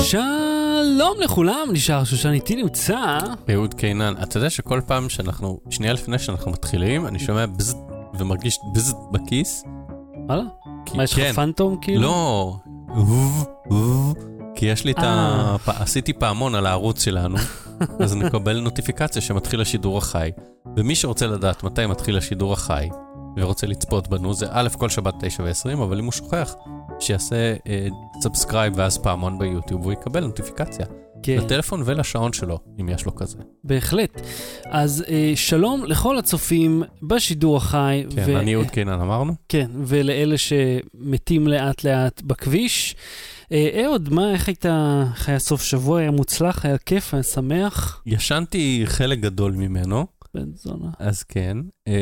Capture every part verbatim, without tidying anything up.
שלום לכולם, נשאר שושן איתי נמצא אהוד קינן. אתה יודע שכל פעם שאנחנו, שנייה לפני שאנחנו מתחילים, אני שומע בזט ומרגיש בזט בכיס. הלאה? מה, יש לך פנטום כאילו? לא, כי יש לי את ה... עשיתי פעמון על הערוץ שלנו, אז נקבל נוטיפיקציה שמתחיל השידור החי. ומי שרוצה לדעת מתי מתחיל השידור החי, ורוצה לצפות בנו, זה א' כל שבת תשע ועשרים, אבל אם הוא שוכח, שיעשה סאבסקרייב ואז פעמון ביוטיוב, הוא יקבל נוטיפיקציה. כן. לטלפון ולשעון שלו, אם יש לו כזה. בהחלט. אז אה, שלום לכל הצופים בשידור החי. כן, ו... אני אהוד קינן אמרנו. כן, ולאלה שמתים לאט לאט בכביש. אה, אהוד, מה, איך הייתה, איך היה סוף שבוע? היה מוצלח, היה כיף, היה שמח? ישנתי חלק גדול ממנו. בן זונה. אז כן,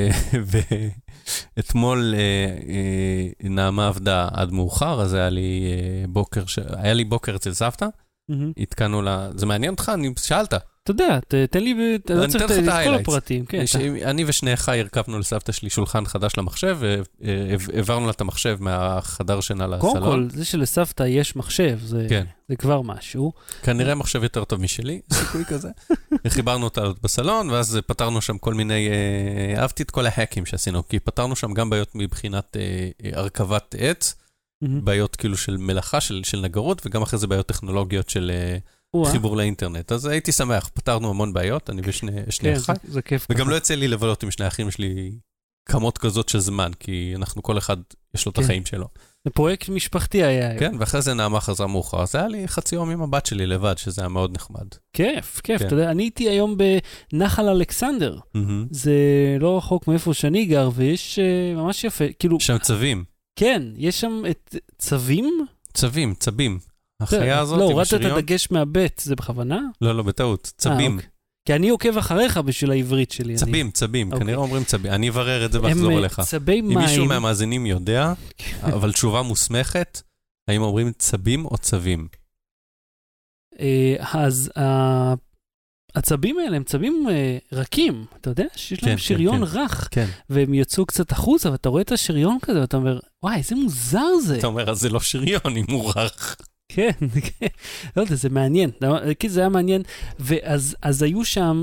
ואתמול נעמה עבדה עד מאוחר, אז היה לי בוקר, היה לי בוקר אצל סבתא, התקנו לה, זה מעניין אותך? אני שאלת. אתה יודע, תן לי, אתה לא צריך את כל הפרטים. אני ושני אחי הרכבנו לסבתא שלי שולחן חדש למחשב, והעברנו לה את המחשב מהחדר שינה לסלון. קודם כל, זה שלסבתא יש מחשב, זה כבר משהו. כנראה מחשב יותר טוב משלי, סיכוי כזה. חיברנו אותה בסלון, ואז פתרנו שם כל מיני, אהבתי את כל ההקים שעשינו, כי פתרנו שם גם בעיות מבחינת הרכבת עץ, בעיות כאילו של מלאכה, של נגרות, וגם אחרי זה בעיות טכנולוגיות של חיבור לאינטרנט. אז הייתי שמח, פתרנו המון בעיות, אני ושני אחי. וגם לא יצא לי לבלות עם שני אחים, יש לי כמות כזאת של זמן, כי אנחנו כל אחד, יש לו את החיים שלו. זה פרויקט משפחתי היה. כן, ואחרי זה נעמה חזרה מאוחר. אז היה לי חצי יום עם הבת שלי לבד, שזה היה מאוד נחמד. כיף, כיף. אתה יודע, אני הייתי היום בנחל אלכסנדר. זה לא רחוק מאיפה שאני גר, ויש ממש יפה. שם צבים. כן, יש שם את צבים? צבים, צבים. החיה הזאת לא, עם הורדת השריון. את הדגש מהבית, זה בכוונה? לא, לא, בטעות. צבים. 아, כי אני עוקב אחריך בשביל העברית שלי. צבים, אני... צבים. אוקיי. כנראה אומרים צבים. אני אברר את זה ואחזור אליך. צבי מים. אם מישהו מהמאזינים יודע, אבל תשובה מוסמכת, האם אומרים צבים או צבים? אז הצבים האלה הם צבים רכים, אתה יודע? שיש להם שריון רך, והם יצאו קצת החוצה, ואתה רואה את השריון כזה, ואתה אומר, וואי, איזה מוזר זה. אתה אומר, אז זה לא שריון, אם הוא רך. כן, לא יודע, זה מעניין, כי זה היה מעניין, ואז היו שם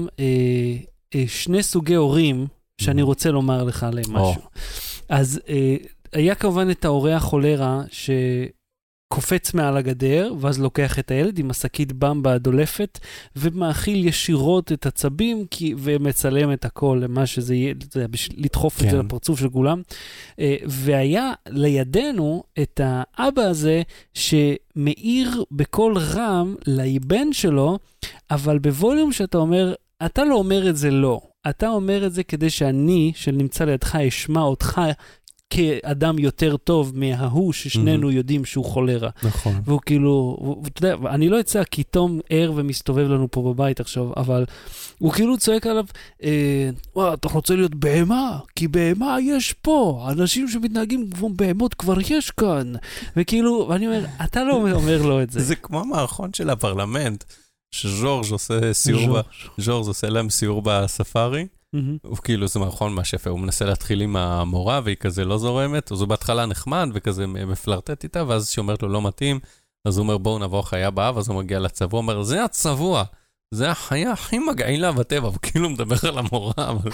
שני סוגי הורים, שאני רוצה לומר לך עליהם משהו. אז היה כמובן את ההורי החולרה, ש... קופץ מעל הגדר, ואז לוקח את הילד עם השקית במבה הדולפת, ומאכיל ישירות את הצבים, כי, ומצלם את הכל למה שזה יהיה, לדחוף כן. את זה לפרצוף של כולם. והיה לידינו את האבא הזה, שמאיר בכל רם לבן שלו, אבל בווליום שאתה אומר, אתה לא אומר את זה לא. אתה אומר את זה כדי שאני, שנמצא לידך, אשמע אותך, כאדם יותר טוב מההוא ששנינו יודעים שהוא חולרה. נכון. והוא כאילו, אתה יודע, אני לא אצא כתום ער ומסתובב לנו פה בבית עכשיו, אבל הוא כאילו צועק עליו, וואו, אתה רוצה להיות בהמה? כי בהמה יש פה. אנשים שמתנהגים כמו בהמות כבר יש כאן. וכאילו, ואני אומר, אתה לא אומר לו את זה. זה כמו המערכון של הפרלמנט, שז'ורג' עושה סיור, ז'ורג' עושה להם סיור בספארי, הוא כאילו, זה מערכון מה שפה, הוא מנסה להתחיל עם המורה, והיא כזה לא זורמת, אז הוא בהתחלה נחמד, וכזה מפלרטט איתה, ואז שהיא אומרת לו לא מתאים, אז הוא אומר בואו נבוא חיה באב, אז הוא מגיע לצבוע, הוא אומר, זה הצבוע, זה החיה הכי מגעילה בטבע, הוא כאילו מדבר על המורה, אבל...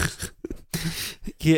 כי,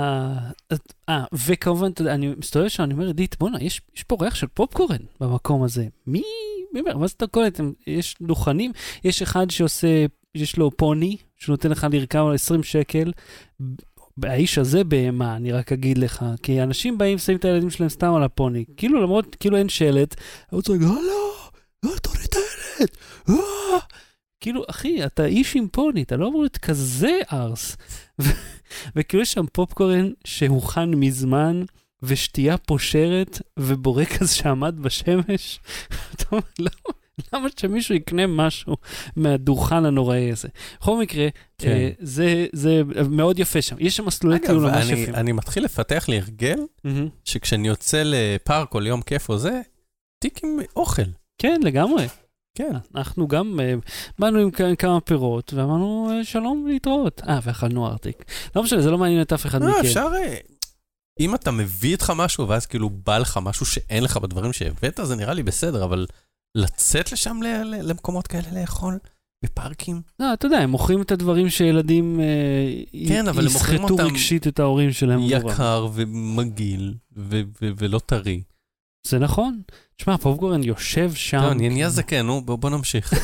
אה, וכמובן, אני מסתובב שם, אני אומר, עדית, בוא'נה, יש פה ריח של פופקורן במקום הזה, מי, מי אומר, מה זה אתה קולט, יש דוכנים, יש אחד שעושה, יש לו פוני, שנותן לך לרכב על עשרים שקל, האיש הזה בהמה, אני רק אגיד לך, כי אנשים באים, שמים את הילדים שלהם סתם על הפוני, כאילו למרות, כאילו אין שלט, הוא צועק, הלו, לא תוריד את הילד, אה, כאילו, אחי, אתה איש עם פוני, אתה לא אמור להיות כזה ארס, וכאילו יש שם פופקורן שהוכן מזמן, ושתייה פושרת, ובורקס שעמד בשמש, אתה אומר, לא, למה שמישהו יקנה משהו מהדוכן הנוראי הזה? בכל מקרה, כן. זה, זה מאוד יפה שם. יש שם מסלולי טיול ממש יפים. אני מתחיל לפתח לי הרגל, mm-hmm. שכשאני יוצא לפארק או ליום כיף או זה, תיק עם אוכל. כן, לגמרי. כן. אנחנו גם באנו עם כמה פירות, ואמרנו שלום להתראות. אה, ואכלנו ארטיק. לא משנה, זה לא מעניין את אף אחד מכם. לא, אפשר... אם אתה מביא איתך משהו, ואז כאילו בא לך משהו שאין לך בדברים שהבאת, זה נראה לי בסדר, אבל לצאת לשם למקומות כאלה לאכול, בפארקים. לא, אתה יודע, הם מוכרים את הדברים שילדים כן, אבל הם מוכרים אותם רגשית את ההורים שלהם. יקר ומגעיל ולא טרי. זה נכון. תשמע, פופקורן יושב שם. לא, אני נהיה זקן, נו, בוא נמשיך.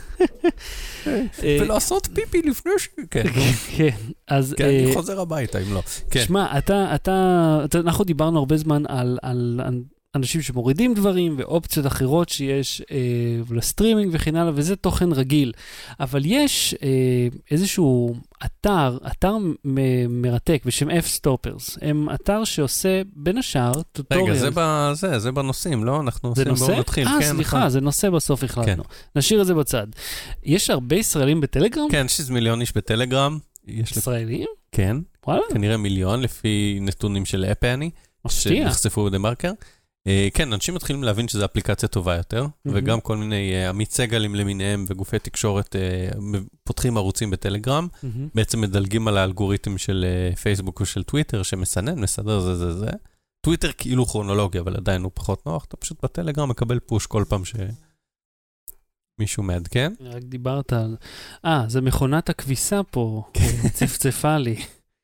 ולעשות פיפי לפני ש... כן, כן, אז... כן, אני חוזר הביתה, אם לא. תשמע, אתה, אתה, אנחנו דיברנו הרבה זמן על, על אנשים שמורידים דברים, ואופציות אחרות שיש אה, לסטרימינג וכן הלאה, וזה תוכן רגיל. אבל יש אה, איזשהו אתר, אתר מ- מרתק, בשם F-Stoppers. הם אתר שעושה בין השאר טוטוריאל. רגע, זה, בזה, זה בנושאים, לא? אנחנו זה עושים, נושא? בואו נתחיל. אה, כן, סליחה, נכון. זה נושא בסוף החלטנו. כן. נשאיר את זה בצד. יש הרבה ישראלים בטלגרם? כן, יש מיליון איש בטלגרם. ישראלים? כן. וואלה? כנראה מיליון, לפי נתונים של אפני. מפתיע. שנחשפו בדה מרקר. כן, אנשים מתחילים להבין שזו אפליקציה טובה יותר, וגם כל מיני עמית סגלים למיניהם וגופי תקשורת פותחים ערוצים בטלגרם, בעצם מדלגים על האלגוריתם של פייסבוק או של טוויטר, שמסנן, מסדר זה זה זה. טוויטר כאילו כרונולוגיה, אבל עדיין הוא פחות נוח, אתה פשוט בטלגרם מקבל פוש כל פעם שמישהו מעדכן. רק דיברת על... אה, זה מכונת הכביסה פה, צפצפה לי.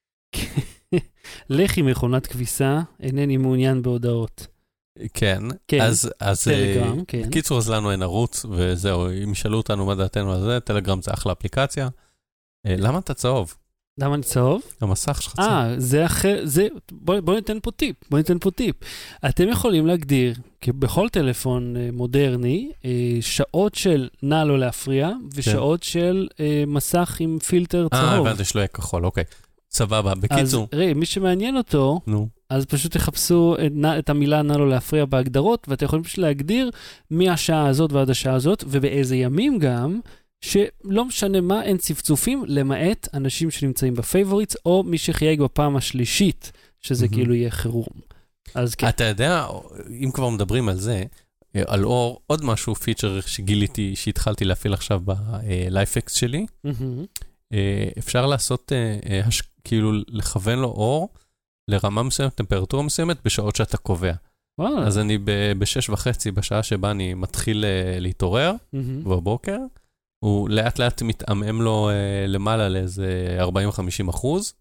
לכי מכונת כביסה, אינני מעוניין בהודעות. כן, כן, אז, אז טלגרם, כן. בקיצור, אז לנו אין ערוץ, וזהו, אם ישאלו אותנו מה דעתנו על זה, טלגרם זה אחלה אפליקציה. למה אתה צהוב? למה אני צהוב? המסך שלך צהוב. אה, זה אחר, זה, בוא, בוא ניתן פה טיפ, בוא ניתן פה טיפ. אתם יכולים להגדיר, בכל טלפון מודרני, שעות של נע לא להפריע, ושעות כן. של מסך עם פילטר צהוב. אה, הבנתי שלא יהיה כחול, אוקיי. סבבה, בקיצור. אז ראי, מי שמעניין אותו, נו. אז פשוט תחפשו את, את המילה נע לו להפריע בהגדרות, ואתם יכולים פשוט להגדיר מהשעה הזאת ועד השעה הזאת, ובאיזה ימים גם, שלא משנה מה, אין צפצופים, למעט אנשים שנמצאים בפייבוריטס, או מי שחייג בפעם השלישית, שזה mm-hmm. כאילו יהיה חירום. אז כן. אתה יודע, אם כבר מדברים על זה, על אור, עוד משהו, פיצ'ר שגיליתי, שהתחלתי להפעיל עכשיו בלייפקס שלי, mm-hmm. אפשר לעשות, כאילו, לכוון לו אור, לרמה מסוימת, טמפרטורה מסוימת, בשעות שאתה קובע. וואלה. אז אני בשש וחצי, בשעה שבה אני מתחיל להתעורר, בבוקר, הוא לאט לאט מתאמם לו למעלה לאיזה ארבעים עד חמישים אחוז,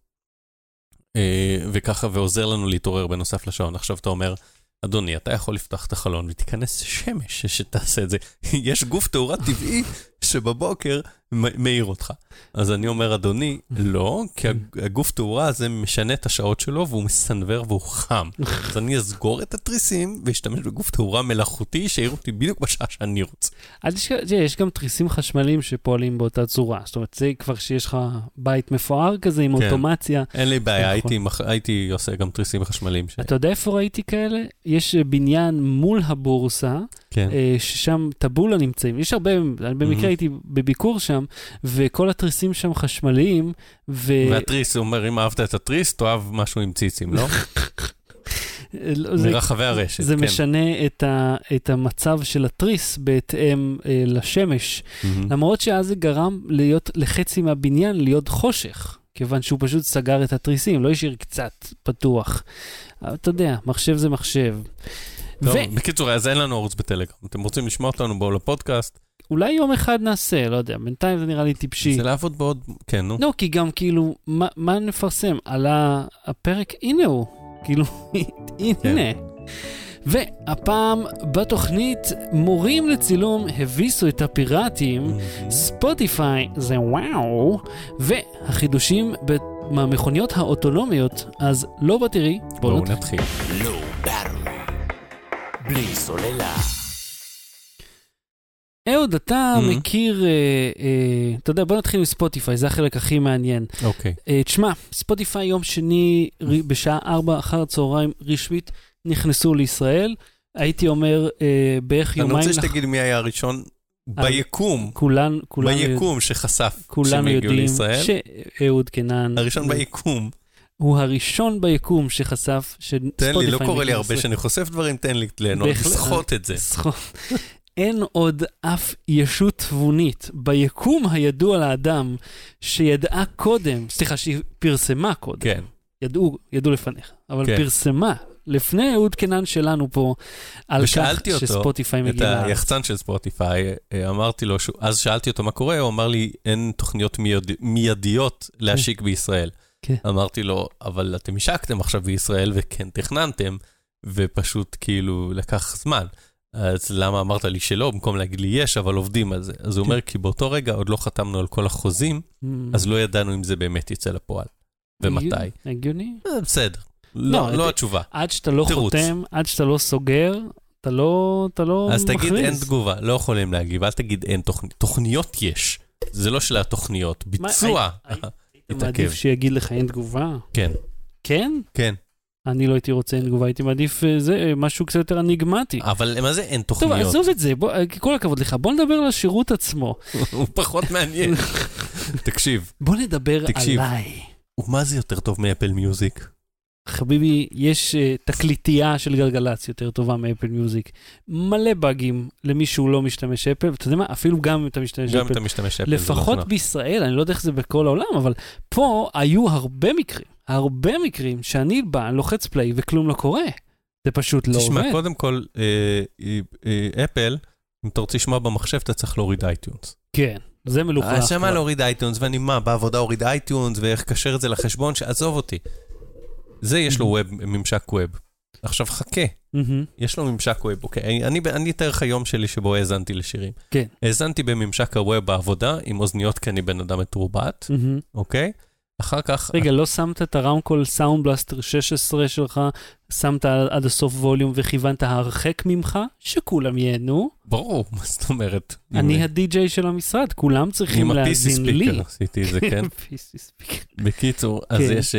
וככה, ועוזר לנו להתעורר בנוסף לשעון. עכשיו אתה אומר, אדוני, אתה יכול לפתוח את החלון ותיכנס שמש שתעשה את זה. יש גוף תאורה טבעי שבבוקר מאיר אותך. אז אני אומר, אדוני, לא, כי הגוף תאורה הזה משנה את השעות שלו, והוא מסנבר והוא חם. אז אני אסגור את התריסים, ואשתמש בגוף תאורה מלאכותי, שיעיר אותי בדיוק בשעה שאני רוצה. יש גם תריסים חשמליים שפועלים באותה צורה. זאת אומרת, זה כבר שיש לך בית מפואר כזה, עם אוטומציה. אין לי בעיה, הייתי עושה גם תריסים חשמליים. אתה יודע איפה ראיתי כאלה? יש בניין מול הבורסה, ששם טבולה נמצאים. יש הרבה, במקרה הייתי בביקור שם, וכל התריסים שם חשמליים, ו... והתריס, הוא אומר, אם אהבת את התריס, תאהב משהו עם ציצים, לא? מרחבי הרשת, זה כן. משנה את, ה, את המצב של התריס בהתאם אה, לשמש. Mm-hmm. למרות שאז זה גרם להיות, לחצי מהבניין להיות חושך, כיוון שהוא פשוט סגר את התריסים, לא השאיר קצת פתוח. אבל אתה יודע, מחשב זה מחשב. טוב, ו... בקיצור, אז אין לנו ערוץ בטלגרם. אתם רוצים לשמוע אותנו בו לפודקאסט? אולי יום אחד נעשה, לא יודע, בינתיים זה נראה לי טיפשי. זה לעבוד בעוד, כן, נו. לא, כי גם כאילו, מה, מה נפרסם? על הפרק, הנה הוא, כאילו, הנה. והפעם בתוכנית, מורים לצילום הביסו את הפיראטים, ספוטיפיי זה וואו, והחידושים מהמכוניות האוטונומיות, אז לא בטרי, בואו נתחיל. לא בטרי, בלי סוללה. אהוד, אתה mm-hmm. מכיר, אה, אה, אתה יודע, בוא נתחיל עם ספוטיפיי, זה החלק הכי מעניין. אוקיי. Okay. אה, תשמע, ספוטיפיי יום שני, ר, בשעה ארבע אחר הצהריים רשמית, נכנסו לישראל. הייתי אומר, אה, בערך יומיים... אני רוצה שתגיד מי היה הראשון ביקום, כולן, כולן ביקום שחשף שהם הגיעו לישראל. שאהוד קנן... הראשון ביקום. הוא הראשון ביקום שחשף שספוטיפיי... תן לי, לא קורה לי הרבה שאני חושף דברים, תן לי לסחוט את זה. סחוט. אין עוד אף ישות תבונית ביקום הידוע לאדם שידעה קודם, סליחה, שהיא פרסמה קודם. כן. ידעו, ידעו לפניך, אבל כן. פרסמה לפני אהוד קנן שלנו פה, על כך שספוטיפיי מגיע לארץ. את היחצן של ספוטיפיי, אמרתי לו, אז שאלתי אותו מה קורה, הוא אמר לי, אין תוכניות מיידיות להשיק בישראל. אמרתי לו, אבל אתם השקתם עכשיו בישראל, וכן תכננתם, ופשוט כאילו לקח זמן. אז למה אמרת לי שלא, במקום להגיד לי יש, אבל עובדים על זה. אז הוא אומר, כי באותו רגע עוד לא חתמנו על כל החוזים, אז לא ידענו אם זה באמת יצא לפועל. ומתי. הגיוני? בסדר. לא התשובה. עד שאתה לא חותם, עד שאתה לא סוגר, אתה לא מכריז. אז תגיד אין תגובה, לא יכולים להגיב, אל תגיד אין תוכניות. תוכניות יש. זה לא של התוכניות. ביצוע. היית מעדיף שיגיד לך אין תגובה? כן. כן? כן. אני לא הייתי רוצה אין תגובה, הייתי מעדיף זה, משהו קצת יותר אניגמטי. אבל מה זה אין תוכניות? טוב, עזוב את זה, כל הכבוד לך, בוא נדבר על השירות עצמו. הוא פחות מעניין. תקשיב. בוא נדבר עליי. ומה זה יותר טוב מאפל מיוזיק? חביבי, יש תקליטייה של גלגלץ יותר טובה מאפל מיוזיק. מלא באגים למי שהוא לא משתמש אפל, ואתה יודע מה, אפילו גם אם אתה משתמש אפל. גם אם אתה משתמש אפל. לפחות בישראל, אני לא יודע איך זה בכל העולם, אבל פה היו הרבה מקרים, הרבה מקרים שאני בא, לוחץ פליי וכלום לא קורה. זה פשוט לא עובד. תשמע, קודם כל, אפל, אם אתה רוצה לשמוע במחשב, אתה צריך להוריד אייטיונס. כן. זה מלוכלך. אז שמה להוריד אייטיונס, ואני מה, בעבודה הוריד אייטיונס, ואיך קשר את זה לחשבון, שעזוב אותי. זה יש לו ווב, ממשק ווב. עכשיו חכה, יש לו ממשק ווב, אוקיי? אני אתאר לך יום שלי שבו האזנתי לשירים. כן. האזנתי בממשק הווב בעבודה, עם אוזניות כי אני בן אדם מתורבת, אוקיי? אחר כך... רגע, לא שמת את הרמקול סאונד בלאסטר שש עשרה שלך, שמת עד הסוף ווליום וכיוונת הרחק ממך, שכולם ייהנו. ברור, מה זאת אומרת? אני הדי-ג'יי של המשרד, כולם צריכים להזין לי. עם ה-פי סי ספיקר עשיתי את זה, כן? פי סי ספיקר. בקיצור, אז יש...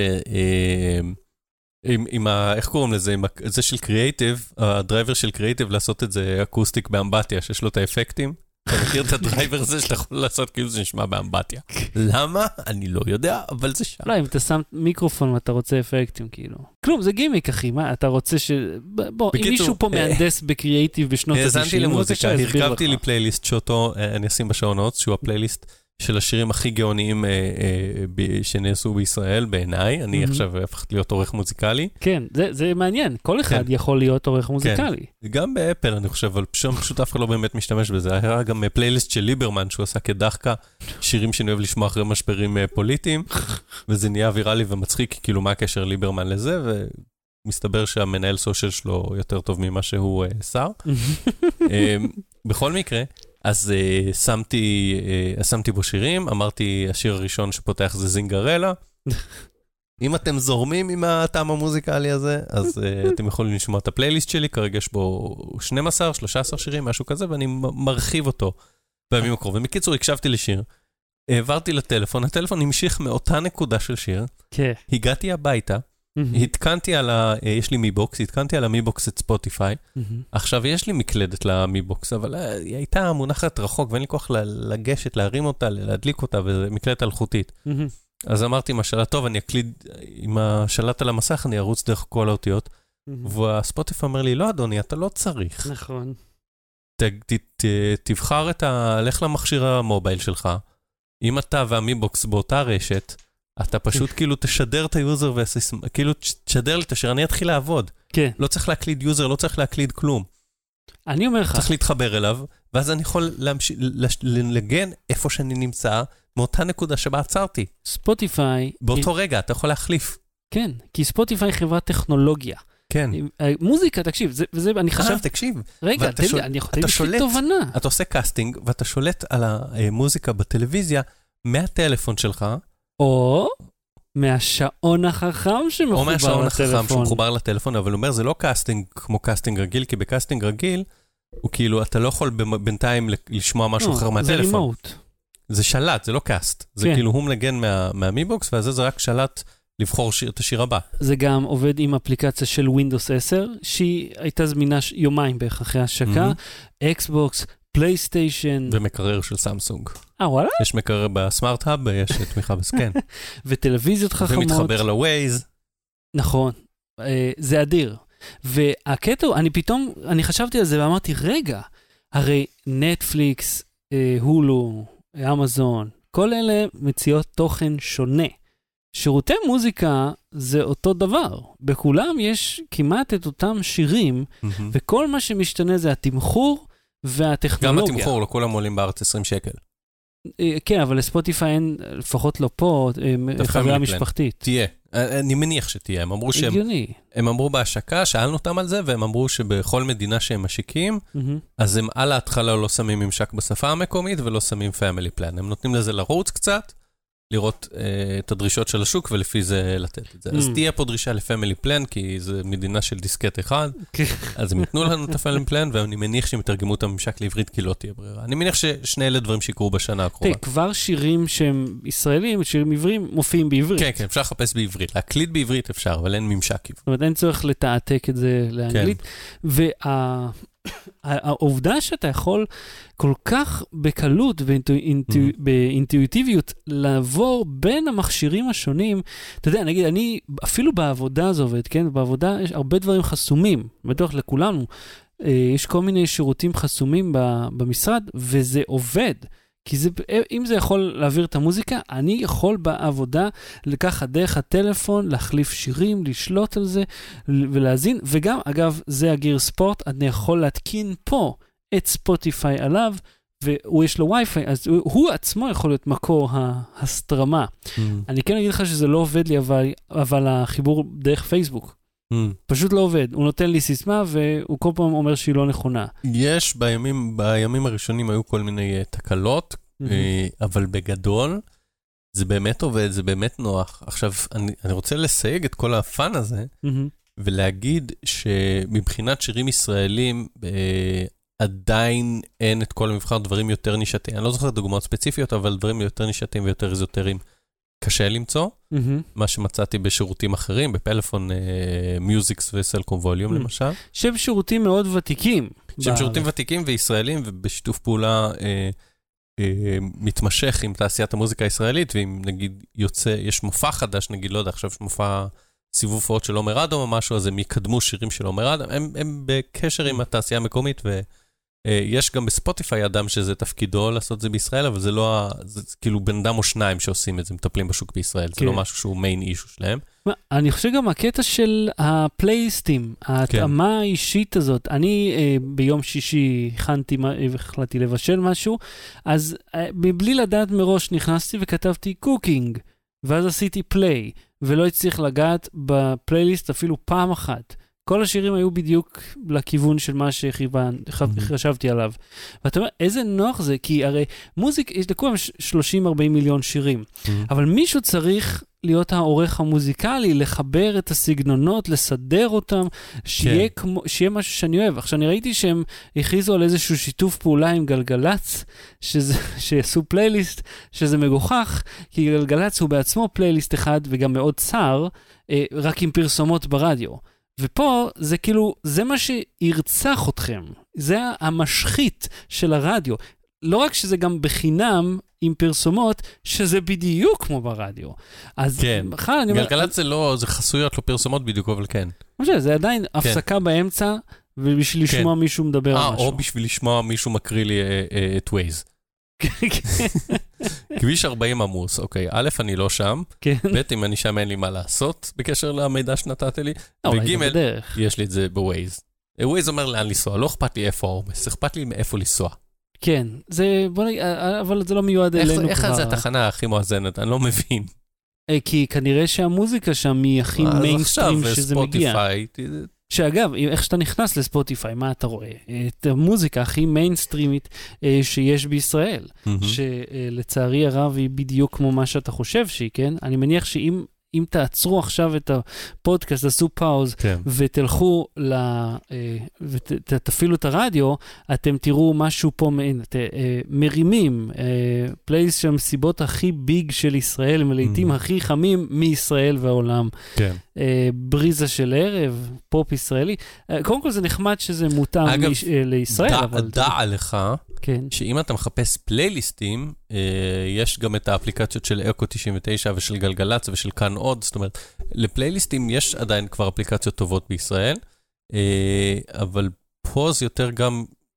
עם ה... איך קוראים לזה? עם זה של קריאייטיב, הדרייבר של קריאייטיב לעשות את זה אקוסטיק באמבטיה, שיש לו את האפקטים. אתה מכיר את הדרייבר הזה שאתה יכול לעשות כאילו זה נשמע באמבטיה. למה? אני לא יודע, אבל זה שם. לא, אם אתה שם מיקרופון ואתה רוצה אפקטים, כאילו. כלום, זה גימיק, אחי, מה? אתה רוצה ש... בוא, אם מישהו פה מהנדס בקריאייטיב בשנות ה-תשעים, האזנתי למוזיקה, הרכבתי לי פלייליסט שאותו אני אשים בשעונות, שהוא הפלייליסט של השירים הכי גאוניים שנעשו בישראל, בעיניי. אני עכשיו הפכתי להיות עורך מוזיקלי. כן, זה מעניין. כל אחד יכול להיות עורך מוזיקלי. גם באפל, אני חושב, אבל פשוט אף אחד לא באמת משתמש בזה. היה גם פלייליסט של ליברמן, שהוא עשה כדחקה שירים שאני אוהב לשמוע אחרי משברים פוליטיים, וזה נהיה ויראלי ומצחיק, כאילו מה הקשר ליברמן לזה, ומסתבר שהמנהל סושיאל שלו יותר טוב ממה שהוא שר. בכל מקרה, אז uh, שמתי, uh, שמתי בו שירים, אמרתי, השיר הראשון שפותח זה זינגרלה. אם אתם זורמים עם הטעם המוזיקלי הזה, אז uh, אתם יכולים לשמוע את הפלייליסט שלי, כרגע יש בו שנים עשר, שלושה עשר שירים, משהו כזה, ואני מרחיב אותו בימים הקרובים. בקיצור, הקשבתי לשיר, העברתי לטלפון, הטלפון המשיך מאותה נקודה של שיר, כן. הגעתי הביתה, התקנתי על ה... יש לי מיבוקס, התקנתי על המיבוקס את ספוטיפיי. עכשיו, יש לי מקלדת למיבוקס, אבל היא הייתה מונחת רחוק, ואין לי כוח לגשת, להרים אותה, להדליק אותה, וזה מקלדת אלחוטית. אז אמרתי, עם השלט טוב, אני אקליד, עם השלט על המסך, אני ארוץ דרך כל האותיות. והספוטיפיי אומר לי, לא, אדוני, אתה לא צריך. נכון. תבחר את ה... לך למכשיר המובייל שלך. אם אתה והמיבוקס באותה רשת, אתה פשוט כאילו תשדר את היוזר, כאילו תשדר לי את השיר, אני אתחיל לעבוד. כן. לא צריך להקליד יוזר, לא צריך להקליד כלום. אני אומר לך. צריך להתחבר אליו, ואז אני יכול לנגן איפה שאני נמצא, מאותה נקודה שבה עצרתי. ספוטיפיי. באותו רגע, אתה יכול להחליף. כן, כי ספוטיפיי חברת טכנולוגיה. כן. מוזיקה, תקשיב, וזה, אני חשב... תקשיב. רגע, תן לי, אני יכול להגיד תובנה. אתה עושה קאסטינג, ואתה שולט על המוזיקה בטלוויזיה, מהטלפון שלך, או מהשעון החכם שמחובר לטלפון. או מהשעון החכם שמחובר לטלפון, אבל הוא אומר, זה לא קאסטינג כמו קאסטינג רגיל, כי בקאסטינג רגיל, הוא כאילו, אתה לא יכול בינתיים לשמוע משהו אחר מהטלפון. זה רימוט. זה שלט, זה לא קאסט. זה כאילו הוא מנגן מהמיבוקס, ואז זה רק שלט לבחור את השיר הבא. זה גם עובד עם אפליקציה של ווינדוס עשר, שהיא הייתה זמינה יומיים בערך אחרי השקה, אקסבוקס, פלייסטיישן. ומקרר של סמסונג. אה, וואלה? יש מקרר בסמארט האב, יש תמיכה בסקן. וטלוויזיות חכמות. ומתחבר לווייז. נכון, זה אדיר. והקטע, אני פתאום, אני חשבתי על זה ואמרתי, רגע, הרי נטפליקס, הולו, אמזון, כל אלה מציעות תוכן שונה. שירותי מוזיקה זה אותו דבר. בכולם יש כמעט את אותם שירים, וכל מה שמשתנה זה התמחור והטכנולוגיה. גם התמחור, לא כולם עולים בארץ עשרים שקל. כן, אבל לספוטיפיי אין, לפחות לא פה, חברה משפחתית. תהיה. אני מניח שתהיה. הם אמרו שהם... הגיוני. הם אמרו בהשקה, שאלנו אותם על זה, והם אמרו שבכל מדינה שהם משיקים, אז הם על ההתחלה לא שמים ממשק בשפה המקומית, ולא שמים פמילי פלן. הם נותנים לזה לרוץ קצת, לראות uh, את הדרישות של השוק, ולפי זה לתת את זה. Mm. אז תהיה פה דרישה לפמילי פלן, כי זו מדינה של דיסקט אחד, אז הם יתנו לנו את הפמילי פלן, ואני מניח שהם יתרגמו את הממשק לעברית, כי לא תהיה ברירה. אני מניח ששני אלה דברים שיקרו בשנה הקרובה. כבר שירים שהם ישראלים, שירים עבריים, מופיעים בעברית. כן, כן, אפשר לחפש בעברית. להקליט בעברית אפשר, אבל אין ממשק. זאת אומרת, אין צורך לתעתק את זה לאנגלית. וה... העובדה שאתה יכול כל כך בקלות ובאינטואיטיביות לעבור בין המכשירים השונים, אתה יודע, נגיד, אני אפילו בעבודה זה עובד, כן? בעבודה יש הרבה דברים חסומים, בטוח לכולנו, יש כל מיני שירותים חסומים במשרד, וזה עובד. כי זה, אם זה יכול להעביר את המוזיקה, אני יכול בעבודה לקחת דרך הטלפון, להחליף שירים, לשלוט על זה ולהזין, וגם, אגב, זה הגיר ספורט, אני יכול להתקין פה את ספוטיפיי עליו, והוא יש לו וי-פיי, אז הוא, הוא עצמו יכול להיות מקור ההסטרמה. Mm. אני כן אגיד לך שזה לא עובד לי, אבל, אבל החיבור דרך פייסבוק. Mm. פשוט לא עובד. הוא נותן לי סיסמה, והוא כל פעם אומר שהיא לא נכונה. יש בימים, בימים הראשונים היו כל מיני תקלות, mm-hmm. אבל בגדול, זה באמת עובד, זה באמת נוח. עכשיו, אני, אני רוצה לסייג את כל הפן הזה, mm-hmm. ולהגיד שמבחינת שירים ישראלים, עדיין אין את כל המבחר דברים יותר נישתיים. אני לא זוכר דוגמאות ספציפיות, אבל דברים יותר נישתיים ויותר איזוטריים. קשה למצוא, mm-hmm. מה שמצאתי בשירותים אחרים, בפלאפון מיוזיקס וסלקום ווליום mm-hmm. למשל. שהם שירותים מאוד ותיקים. שהם שירותים ותיקים וישראלים, ובשיתוף פעולה אה, אה, מתמשך עם תעשיית המוזיקה הישראלית, ואם נגיד יוצא, יש מופע חדש, נגיד, לא יודע, עכשיו יש מופע סיבוב פעות של עומר אדם או משהו, אז הם יקדמו שירים של עומר אדם, הם, הם בקשר עם התעשייה המקומית, ו... יש גם בספוטיפיי אדם שזה תפקידו לעשות את זה בישראל, אבל זה לא, זה כאילו בן אדם או שניים שעושים את זה, מטפלים בשוק בישראל, זה לא משהו שהוא מיין אישו שלהם. אני חושב גם הקטע של הפלייליסטים, ההתאמה האישית הזאת, אני ביום שישי הכנתי והחלטתי לבשל משהו, אז מבלי לדעת מראש נכנסתי וכתבתי קוקינג, ואז עשיתי פליי, ולא הצליח לגעת בפלייליסט אפילו פעם אחת. כל השירים היו בדיוק לכיוון של מה שחשבתי עליו. ואתה אומר, איזה נוח זה, כי הרי מוזיק, יש לכולם שלושים ארבעים מיליון שירים, אבל מישהו צריך להיות העורך המוזיקלי, לחבר את הסגנונות, לסדר אותם, שיהיה, כמו, שיהיה משהו שאני אוהב. עכשיו, אני ראיתי שהם הכריזו על איזשהו שיתוף פעולה עם גלגלץ, שזה, שיעשו פלייליסט, שזה מגוחך, כי גלגלץ הוא בעצמו פלייליסט אחד, וגם מאוד צר, רק עם פרסומות ברדיו. ופה זה כאילו, זה מה שירצח אתכם. זה המשחית של הרדיו. לא רק שזה גם בחינם עם פרסומות, שזה בדיוק כמו ברדיו. אז כן, גלגלצ זה לא, זה חסויות, לא פרסומות בדיוק, אבל כן. זה עדיין הפסקה באמצע, ובשביל לשמוע מישהו מדבר על משהו. או בשביל לשמוע מישהו מקריא לי את ווייז. כביש ארבעים עמוס, אוקיי, א', אני לא שם, ב', אם אני שם אין לי מה לעשות בקשר למידע שנתת לי, וג', יש לי את זה בווייז. ווייז אומר לאן לנסוע, לא אכפת לי איפה העומס, אכפת לי מאיפה לנסוע. כן, זה, בוא נגיד, אבל זה לא מיועד אלינו כבר. איך זה התחנה הכי מואזנת? אני לא מבין. כי כנראה שהמוזיקה שם היא הכי מיינסטרים שזה מגיע. שאגב, איך שאתה נכנס לספוטיפיי, מה אתה רואה? את המוזיקה הכי מיינסטרימית שיש בישראל, שלצערי הרב היא בדיוק כמו מה שאתה חושב שהיא, כן? אני מניח שאם אם תעצרו עכשיו את הפודקאסט, תעשו פאוז, ותלכו ותפעילו את הרדיו, אתם תראו משהו פה, מרימים, פלייליסט של המסיבות הכי ביג של ישראל, הם לעתים הכי חמים מישראל והעולם. כן. בריזה של ערב, פופ ישראלי. קודם כל זה נחמד שזה מותאם לישראל. דע לך, שאם אתה מחפש פלייליסטים, יש גם את האפליקציות של אקו תשעים ותשע ושל גלגלץ ושל כאן עוד, זאת אומרת, לפלייליסטים יש עדיין כבר אפליקציות טובות בישראל, אבל פה זה יותר גם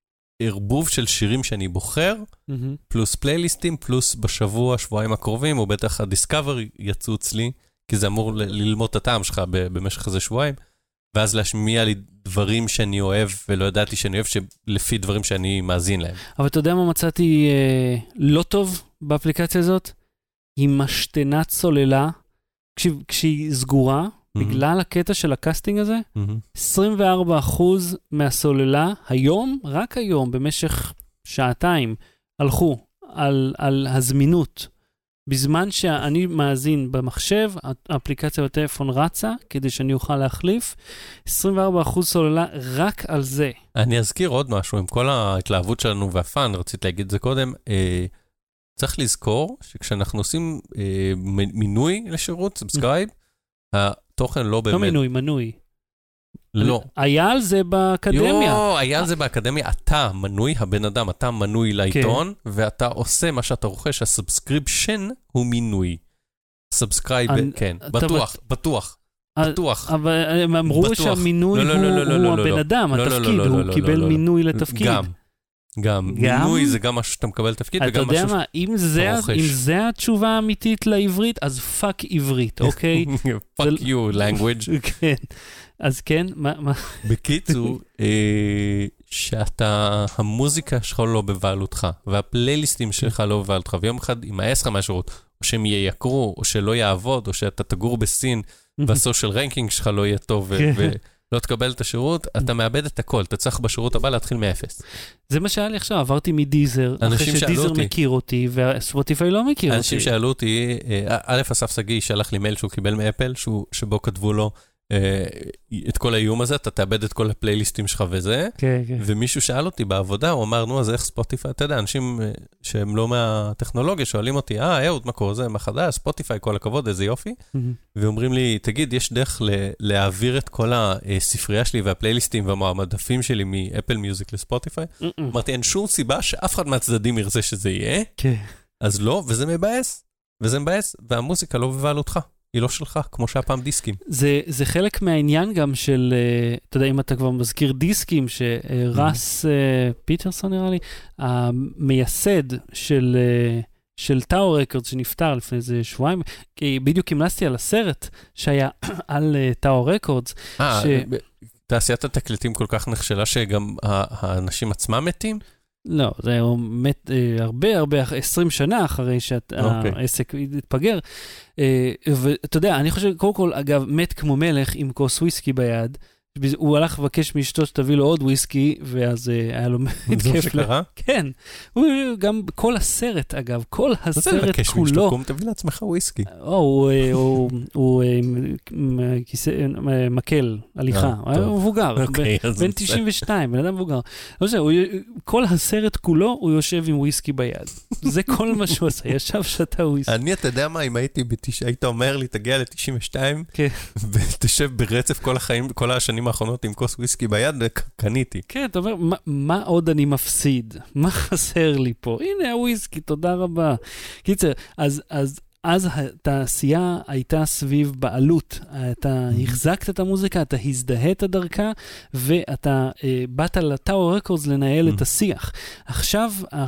ערבוב של שירים שאני בוחר, פלוס פלייליסטים, פלוס בשבוע, שבועיים הקרובים, או בטח הדיסקאבר יצוץ לי, כי זה אמור ללמוד את הטעם שלך במשך איזה שבועיים, ואז להשמיע לי דברים שאני אוהב, ולא ידעתי שאני אוהב, לפי דברים שאני מאזין להם. אבל אתה יודע מה מצאתי אה, לא טוב באפליקציה הזאת? היא משתנת סוללה, כש, כשהיא סגורה, mm-hmm. בגלל הקטע של הקאסטינג הזה, mm-hmm. עשרים וארבעה אחוז מהסוללה, היום, רק היום, במשך שעתיים, הלכו על, על הזמינות. בזמן שאני מאזין במחשב, האפליקציה בטלפון רצה, כדי שאני אוכל להחליף, עשרים וארבעה אחוז סוללה רק על זה. אני אזכיר עוד משהו, עם כל ההתלהבות שלנו והפן, רציתי להגיד את זה קודם, אה, צריך לזכור שכשאנחנו עושים אה, מינוי לשירות, סאבסקרייב, התוכן לא באמת... לא מינוי, מנוי. לא. היה על זה באקדמיה. יו, היה על זה באקדמיה. אתה מנוי, הבן אדם, אתה מנוי לעיתון, ואתה עושה מה שאתה רוכש, הסאבסקריפשן הוא מינוי. סאבסקרייב, כן, בטוח, בטוח, בטוח. אבל הם אמרו שהמינוי הוא הבן אדם, התפקיד, הוא קיבל מינוי לתפקיד. גם. גם, מינוי זה גם משהו שאתה מקבל לתפקיד, וגם משהו שאתה רוכש. אתה יודע מה, אם זה התשובה האמיתית לעברית, אז פאק עברית, אוקיי? פאק יו, language. כן, אז כן, מה? בקיצור, שאתה, המוזיקה שלך לא בבעלותך, והפלייליסטים שלך לא בבעלותך, ויום אחד ימאס לך מהשירות, או שהם ייקרו, או שלא יעבוד, או שאתה תגור בסין, והסושיאל רנקינג שלך לא יהיה טוב, ו... לא תקבל את השירות, אתה מאבד את הכל, אתה צריך בשירות הבא להתחיל מאפס. זה מה שהיה לי עכשיו, עברתי מדיזר, אחרי שדיזר מכיר אותי, וספוטיפיי לא מכיר אותי. אנשים שאלו אותי, א', אסף סגי שלח לי מייל שהוא קיבל מאפל, שבו כתבו לו את כל האיום הזה, אתה תאבד את כל הפלייליסטים שלך וזה, ומישהו שאל אותי בעבודה, הוא אמר, נו, אז איך ספוטיפיי, אתה יודע, אנשים שהם לא מהטכנולוגיה, שואלים אותי, אה, אהוד, מה קורה, זה מה חדש, ספוטיפיי, כל הכבוד, איזה יופי, ואומרים לי, תגיד, יש דרך להעביר את כל הספרייה שלי והפלייליסטים והמועמדפים שלי מאפל מיוזיק לספוטיפיי? אמרתי, אין שום סיבה שאף אחד מהצדדים ירצה שזה יהיה, אז לא, וזה מבאס, וזה מבאס, והמוזיקה לא בבעלותך. היא לא שלך, כמו שהפעם דיסקים. זה, זה חלק מהעניין גם של, אתה יודע, אם אתה כבר מזכיר דיסקים, שרס פיטרסון נראה לי, המייסד של, של טאו רקורדס שנפטר לפני איזה שבועיים, כי בדיוק המלצתי על הסרט שהיה על טאו רקורדס. אה, ש... תעשיית התקליטים כל כך נכשלה שגם האנשים עצמם מתים? לא, זה מת אה, הרבה הרבה, עשרים שנה אחרי שהעסק okay. התפגר. אה, ואתה יודע, אני חושב, קודם כל, אגב, מת כמו מלך עם כוס וויסקי ביד, הוא הלך לבקש מאשתו שתביא לו עוד וויסקי, ואז אה, היה לו זה שקרה? כן. הוא גם כל הסרט, אגב, כל הסרט כולו... זה לבקש מאשתו, קום תביא לעצמך וויסקי. או, הוא, הוא, הוא, הוא כיסא, מקל, הליכה. הוא מבוגר, בן תשעים ושתיים, בן אדם מבוגר. לא יודע, כל הסרט כולו, הוא יושב עם וויסקי ביד. זה כל מה שהוא עשה, ישב שתה וויסקי. אני, אתה יודע מה, אם היית אומר לי, תגיע ל-תשעים ושתיים, ותשב ברצף כל החיים, כל השנים האחרונות עם כוס וויסקי ביד, קניתי. כן, אתה אומר, מה, מה עוד אני מפסיד? מה חסר לי פה? הנה הוויסקי, תודה רבה. קיצר, אז, אז, אז התעשייה הייתה סביב בעלות. אתה החזקת את המוזיקה, אתה הזדהית דרכה, ואתה אה, באת לטאו רקורדס לנהל את השיח. עכשיו,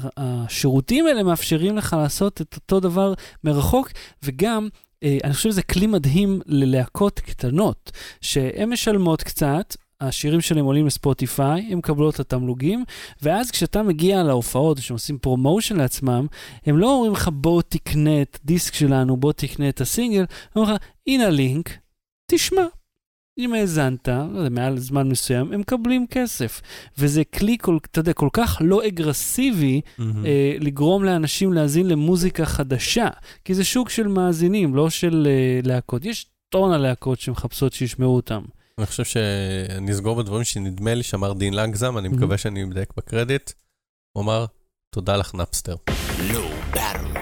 השירותים האלה מאפשרים לך לעשות את אותו דבר מרחוק, וגם אני חושב שזה כלי מדהים ללהקות קטנות, שהן משלמות קצת, השירים שלהם עולים לספוטיפיי, הם מקבלות את התמלוגים, ואז כשאתה מגיע להופעות, כשהם עושים פרומושן לעצמם, הם לא אומרים לך בוא תקנה את דיסק שלנו, בוא תקנה את הסינגל, הם אומרים לך, הנה לינק, תשמע. אם האזנת, מעל זמן מסוים, הם מקבלים כסף. וזה כלי, כל, אתה יודע, כל כך לא אגרסיבי, mm-hmm. אה, לגרום לאנשים להאזין למוזיקה חדשה. כי זה שוק של מאזינים, לא של אה, להקות. יש טון הלהקות שמחפשות שישמעו אותם. אני חושב שאני אסגור בדברים שנדמה לי שאמר דין לנגזם, אני מקווה שאני מדייק בקרדיט. הוא אמר, תודה לך נאפסטר. לא באטרי.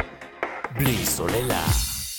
בלי סוללה.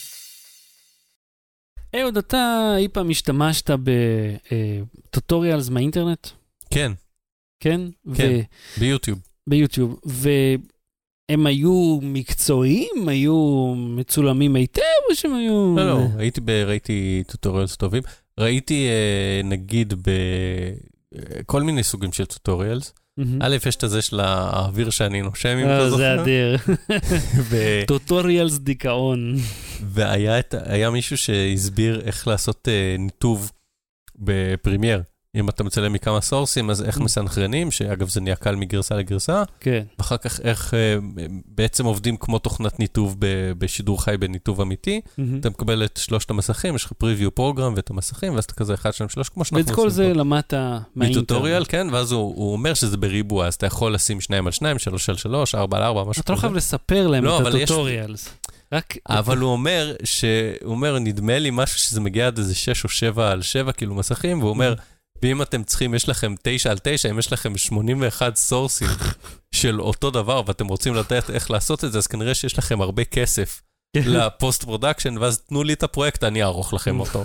אהוד, אתה אי פעם השתמשת בטוטוריאלס מהאינטרנט? כן. כן? כן, ביוטיוב. ביוטיוב, והם היו מקצועיים, היו מצולמים היטב, או שהם היו... לא, לא, הייתי ראיתי טוטוריאלס טובים. ראיתי, נגיד, בכל מיני סוגים של טוטוריאלס. א', יש את זה של האוויר שאני נושם, אם אתה זוכר. זה אדיר. טוטוריאלס דיכאון. והיה מישהו שהסביר איך לעשות ניתוב בפרימייר. אם אתה מצלם מכמה סורסים, אז איך מסנכרנים, שאגב זה נהיה קל מגרסה לגרסה, כן. ואחר כך איך בעצם עובדים כמו תוכנת ניתוב בשידור חי בניתוב אמיתי, אתה מקבל את שלושת המסכים, יש לך פריוויו פרוגרם ואת המסכים, ואז אתה כזה אחד, שניים, שלוש, כמו שאנחנו עושים פה. ואת כל זה למדת מהאינטרנט. מטוטוריאל, כן, ואז הוא אומר שזה בריבוע, אז אתה יכול לשים שניים על שניים, שלוש על שלוש, ארבע על ארבע, משהו כזה. אתה לא חייב לספר להם את הטוטוריאלס. אבל הוא אומר, שהוא אומר, נדמה לי משהו שזה מגיע עד איזה שש או שבע על שבע, כאילו מסכים, והוא אומר, ואם אתם צריכים, יש לכם תשע על תשע, אם יש לכם שמונים ואחד סורסים של אותו דבר, ואתם רוצים לדעת איך לעשות את זה, אז כנראה שיש לכם הרבה כסף לפוסט פרודקשן, ואז תנו לי את הפרויקט, אני אערוך לכם אותו.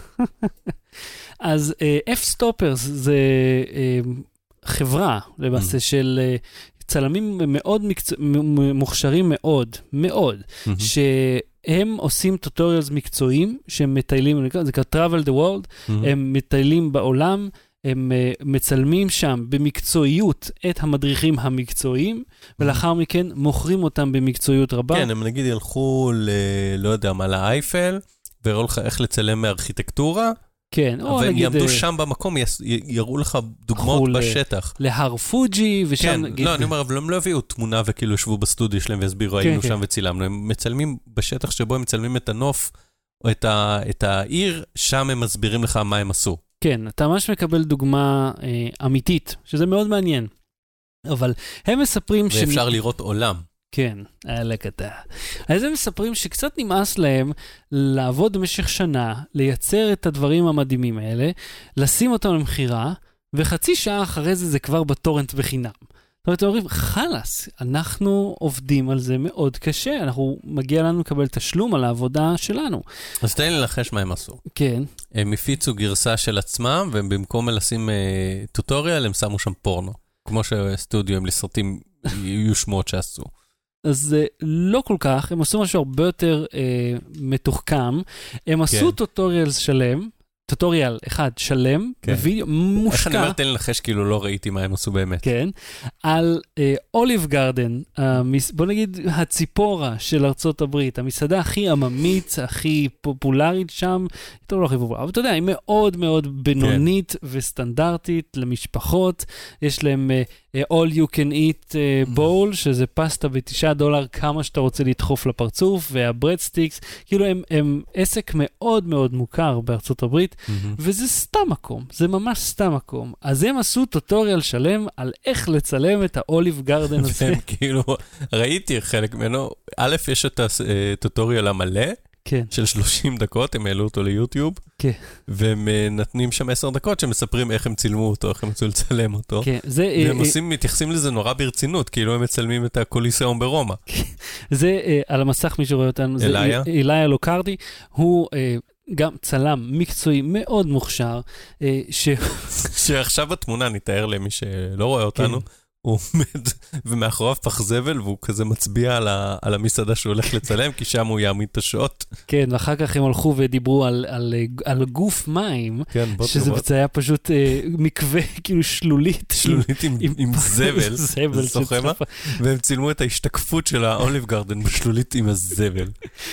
אז F-Stoppers זה חברה, למעשה, של צלמים מאוד מוכשרים מאוד, מאוד, שהם עושים טוטוריאלס מקצועיים, שהם מטיילים, זה נקרא Travel the World, הם מטיילים בעולם, הם מצלמים שם במקצועיות את המדריכים המקצועיים, ולאחר מכן מוכרים אותם במקצועיות רבה. כן, הם נגיד ילכו ל... לא יודע מה, לאייפל, ויראו לך איך לצלם מארכיטקטורה, כן, או והם נגיד... יעמדו שם במקום, יראו לך דוגמאות בשטח. להר פוג'י, ושם... כן, נגיד... לא, אני אומר, אבל הם לא הביאו תמונה וכאילו ישבו בסטודיו שלהם והסבירו, כן, היינו כן. שם וצילמנו. הם מצלמים בשטח שבו הם מצלמים את הנוף, או את, ה... את העיר, שם הם מסבירים לך מה הם עשו. כן, אתה ממש מקבל דוגמה אה, אמיתית, שזה מאוד מעניין. אבל הם מספרים ש... ואפשר לראות עולם. כן, אלה קטע. אז הם מספרים שקצת נמאס להם לעבוד במשך שנה, לייצר את הדברים המדהימים האלה, לשים אותם למחירה, וחצי שעה אחרי זה זה כבר בטורנט בחינם. זאת אומרת, הם אומרים, חלס, אנחנו עובדים על זה מאוד קשה, אנחנו מגיע לנו לקבל תשלום על העבודה שלנו. אז תן לי לנחש מה הם עשו. כן. הם הפיצו גרסה של עצמם, והם במקום לשים אה, טוטוריאל, הם שמו שם פורנו. כמו שסטודיו הם לסרטים יהיו שמות שעשו. אז אה, לא כל כך, הם עשו משהו הרבה יותר אה, מתוחכם. הם עשו כן. טוטוריאל שלם, טוטוריאל אחד שלם, כן. בווידאו מושקע. איך אני אומר, תן לי לנחש, כאילו לא ראיתי מה הם עשו באמת. כן, על אוליב גרדן, בוא נגיד הציפורה של ארצות הברית, המסעדה הכי עממית, הכי פופולרית שם, יותר לא הכי פופולרית, אבל אתה יודע, היא מאוד מאוד בינונית כן. וסטנדרטית למשפחות, יש להם uh, all you can eat uh, bowl, שזה פסטה בתשעה דולר, כמה שאתה רוצה לדחוף לפרצוף, והברד סטיקס, כאילו הם, הם עסק מאוד מאוד מוכר בארצות הברית, mm-hmm. וזה סתם מקום, זה ממש סתם מקום. אז הם עשו טוטוריאל שלם על איך לצלם את האוליב גרדן הזה. והם כאילו, ראיתי חלק ממנו, א', יש את הטוטוריאל המלא, כן. של שלושים דקות, הם העלו אותו ליוטיוב, כן. והם נתנים שם עשר דקות שמספרים איך הם צילמו אותו, איך הם רצו לצלם אותו, כן. זה, והם אה, עושים, מתייחסים לזה נורא ברצינות, כאילו הם מצלמים את הקוליסאום ברומא. זה אה, על המסך מי שרואה אותנו, אליה? זה אליה לוקרדי, הוא... אה, גם צלם מקצועי מאוד מוכשר, ש... שעכשיו בתמונה נתאר למי שלא רואה אותנו, כן. הוא עומד ומאחוריו פח זבל, והוא כזה מצביע על, ה... על המסעדה שהוא הולך לצלם, כי שם הוא יעמיד את השעות. כן, ואחר כך הם הלכו ודיברו על, על, על גוף מים, כן, שזה בוט. היה פשוט אה, מקווה כאילו שלולית. שלולית עם, עם, עם זבל, זבל סוחמה, והם צילמו את ההשתקפות של האוליב גרדן בשלולית עם הזבל.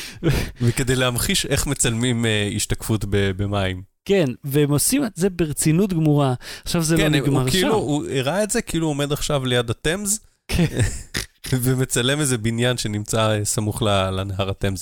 וכדי להמחיש איך מצלמים אה, השתקפות ב, במים. כן, והם עושים את זה ברצינות גמורה. עכשיו זה כן, לא נגמר הוא שם. כאילו, הוא הראה את זה כאילו הוא עומד עכשיו ליד הטמז, כן. ומצלם איזה בניין שנמצא סמוך לנהר הטמזה.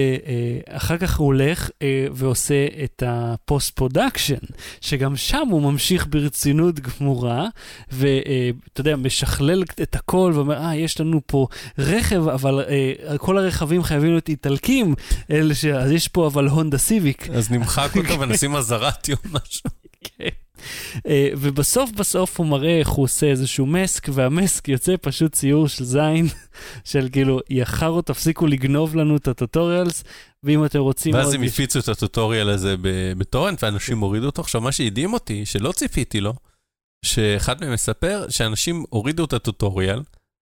ואחר כך הוא הולך ועושה את הפוסט פרודקשן, שגם שם הוא ממשיך ברצינות גמורה, ואתה יודע, משכלל את הכל, ואומר, אה, יש לנו פה רכב, אבל כל הרכבים חייבים להיות איטלקים, אז יש פה אבל הונדה סיביק. אז נמחק אותו ונשים עזרתי או משהו. כן. ובסוף בסוף הוא מראה איך הוא עושה איזשהו מסק, והמסק יוצא פשוט ציור של זין, של כאילו, יחרו, תפסיקו לגנוב לנו את הטוטוריאלס, ואם אתם רוצים... ואז הם הפיצו את הטוטוריאל הזה בטורנט, ואנשים הורידו אותו. עכשיו, מה שהדהים אותי, שלא ציפיתי לו, שאחד מהם מספר שאנשים הורידו את הטוטוריאל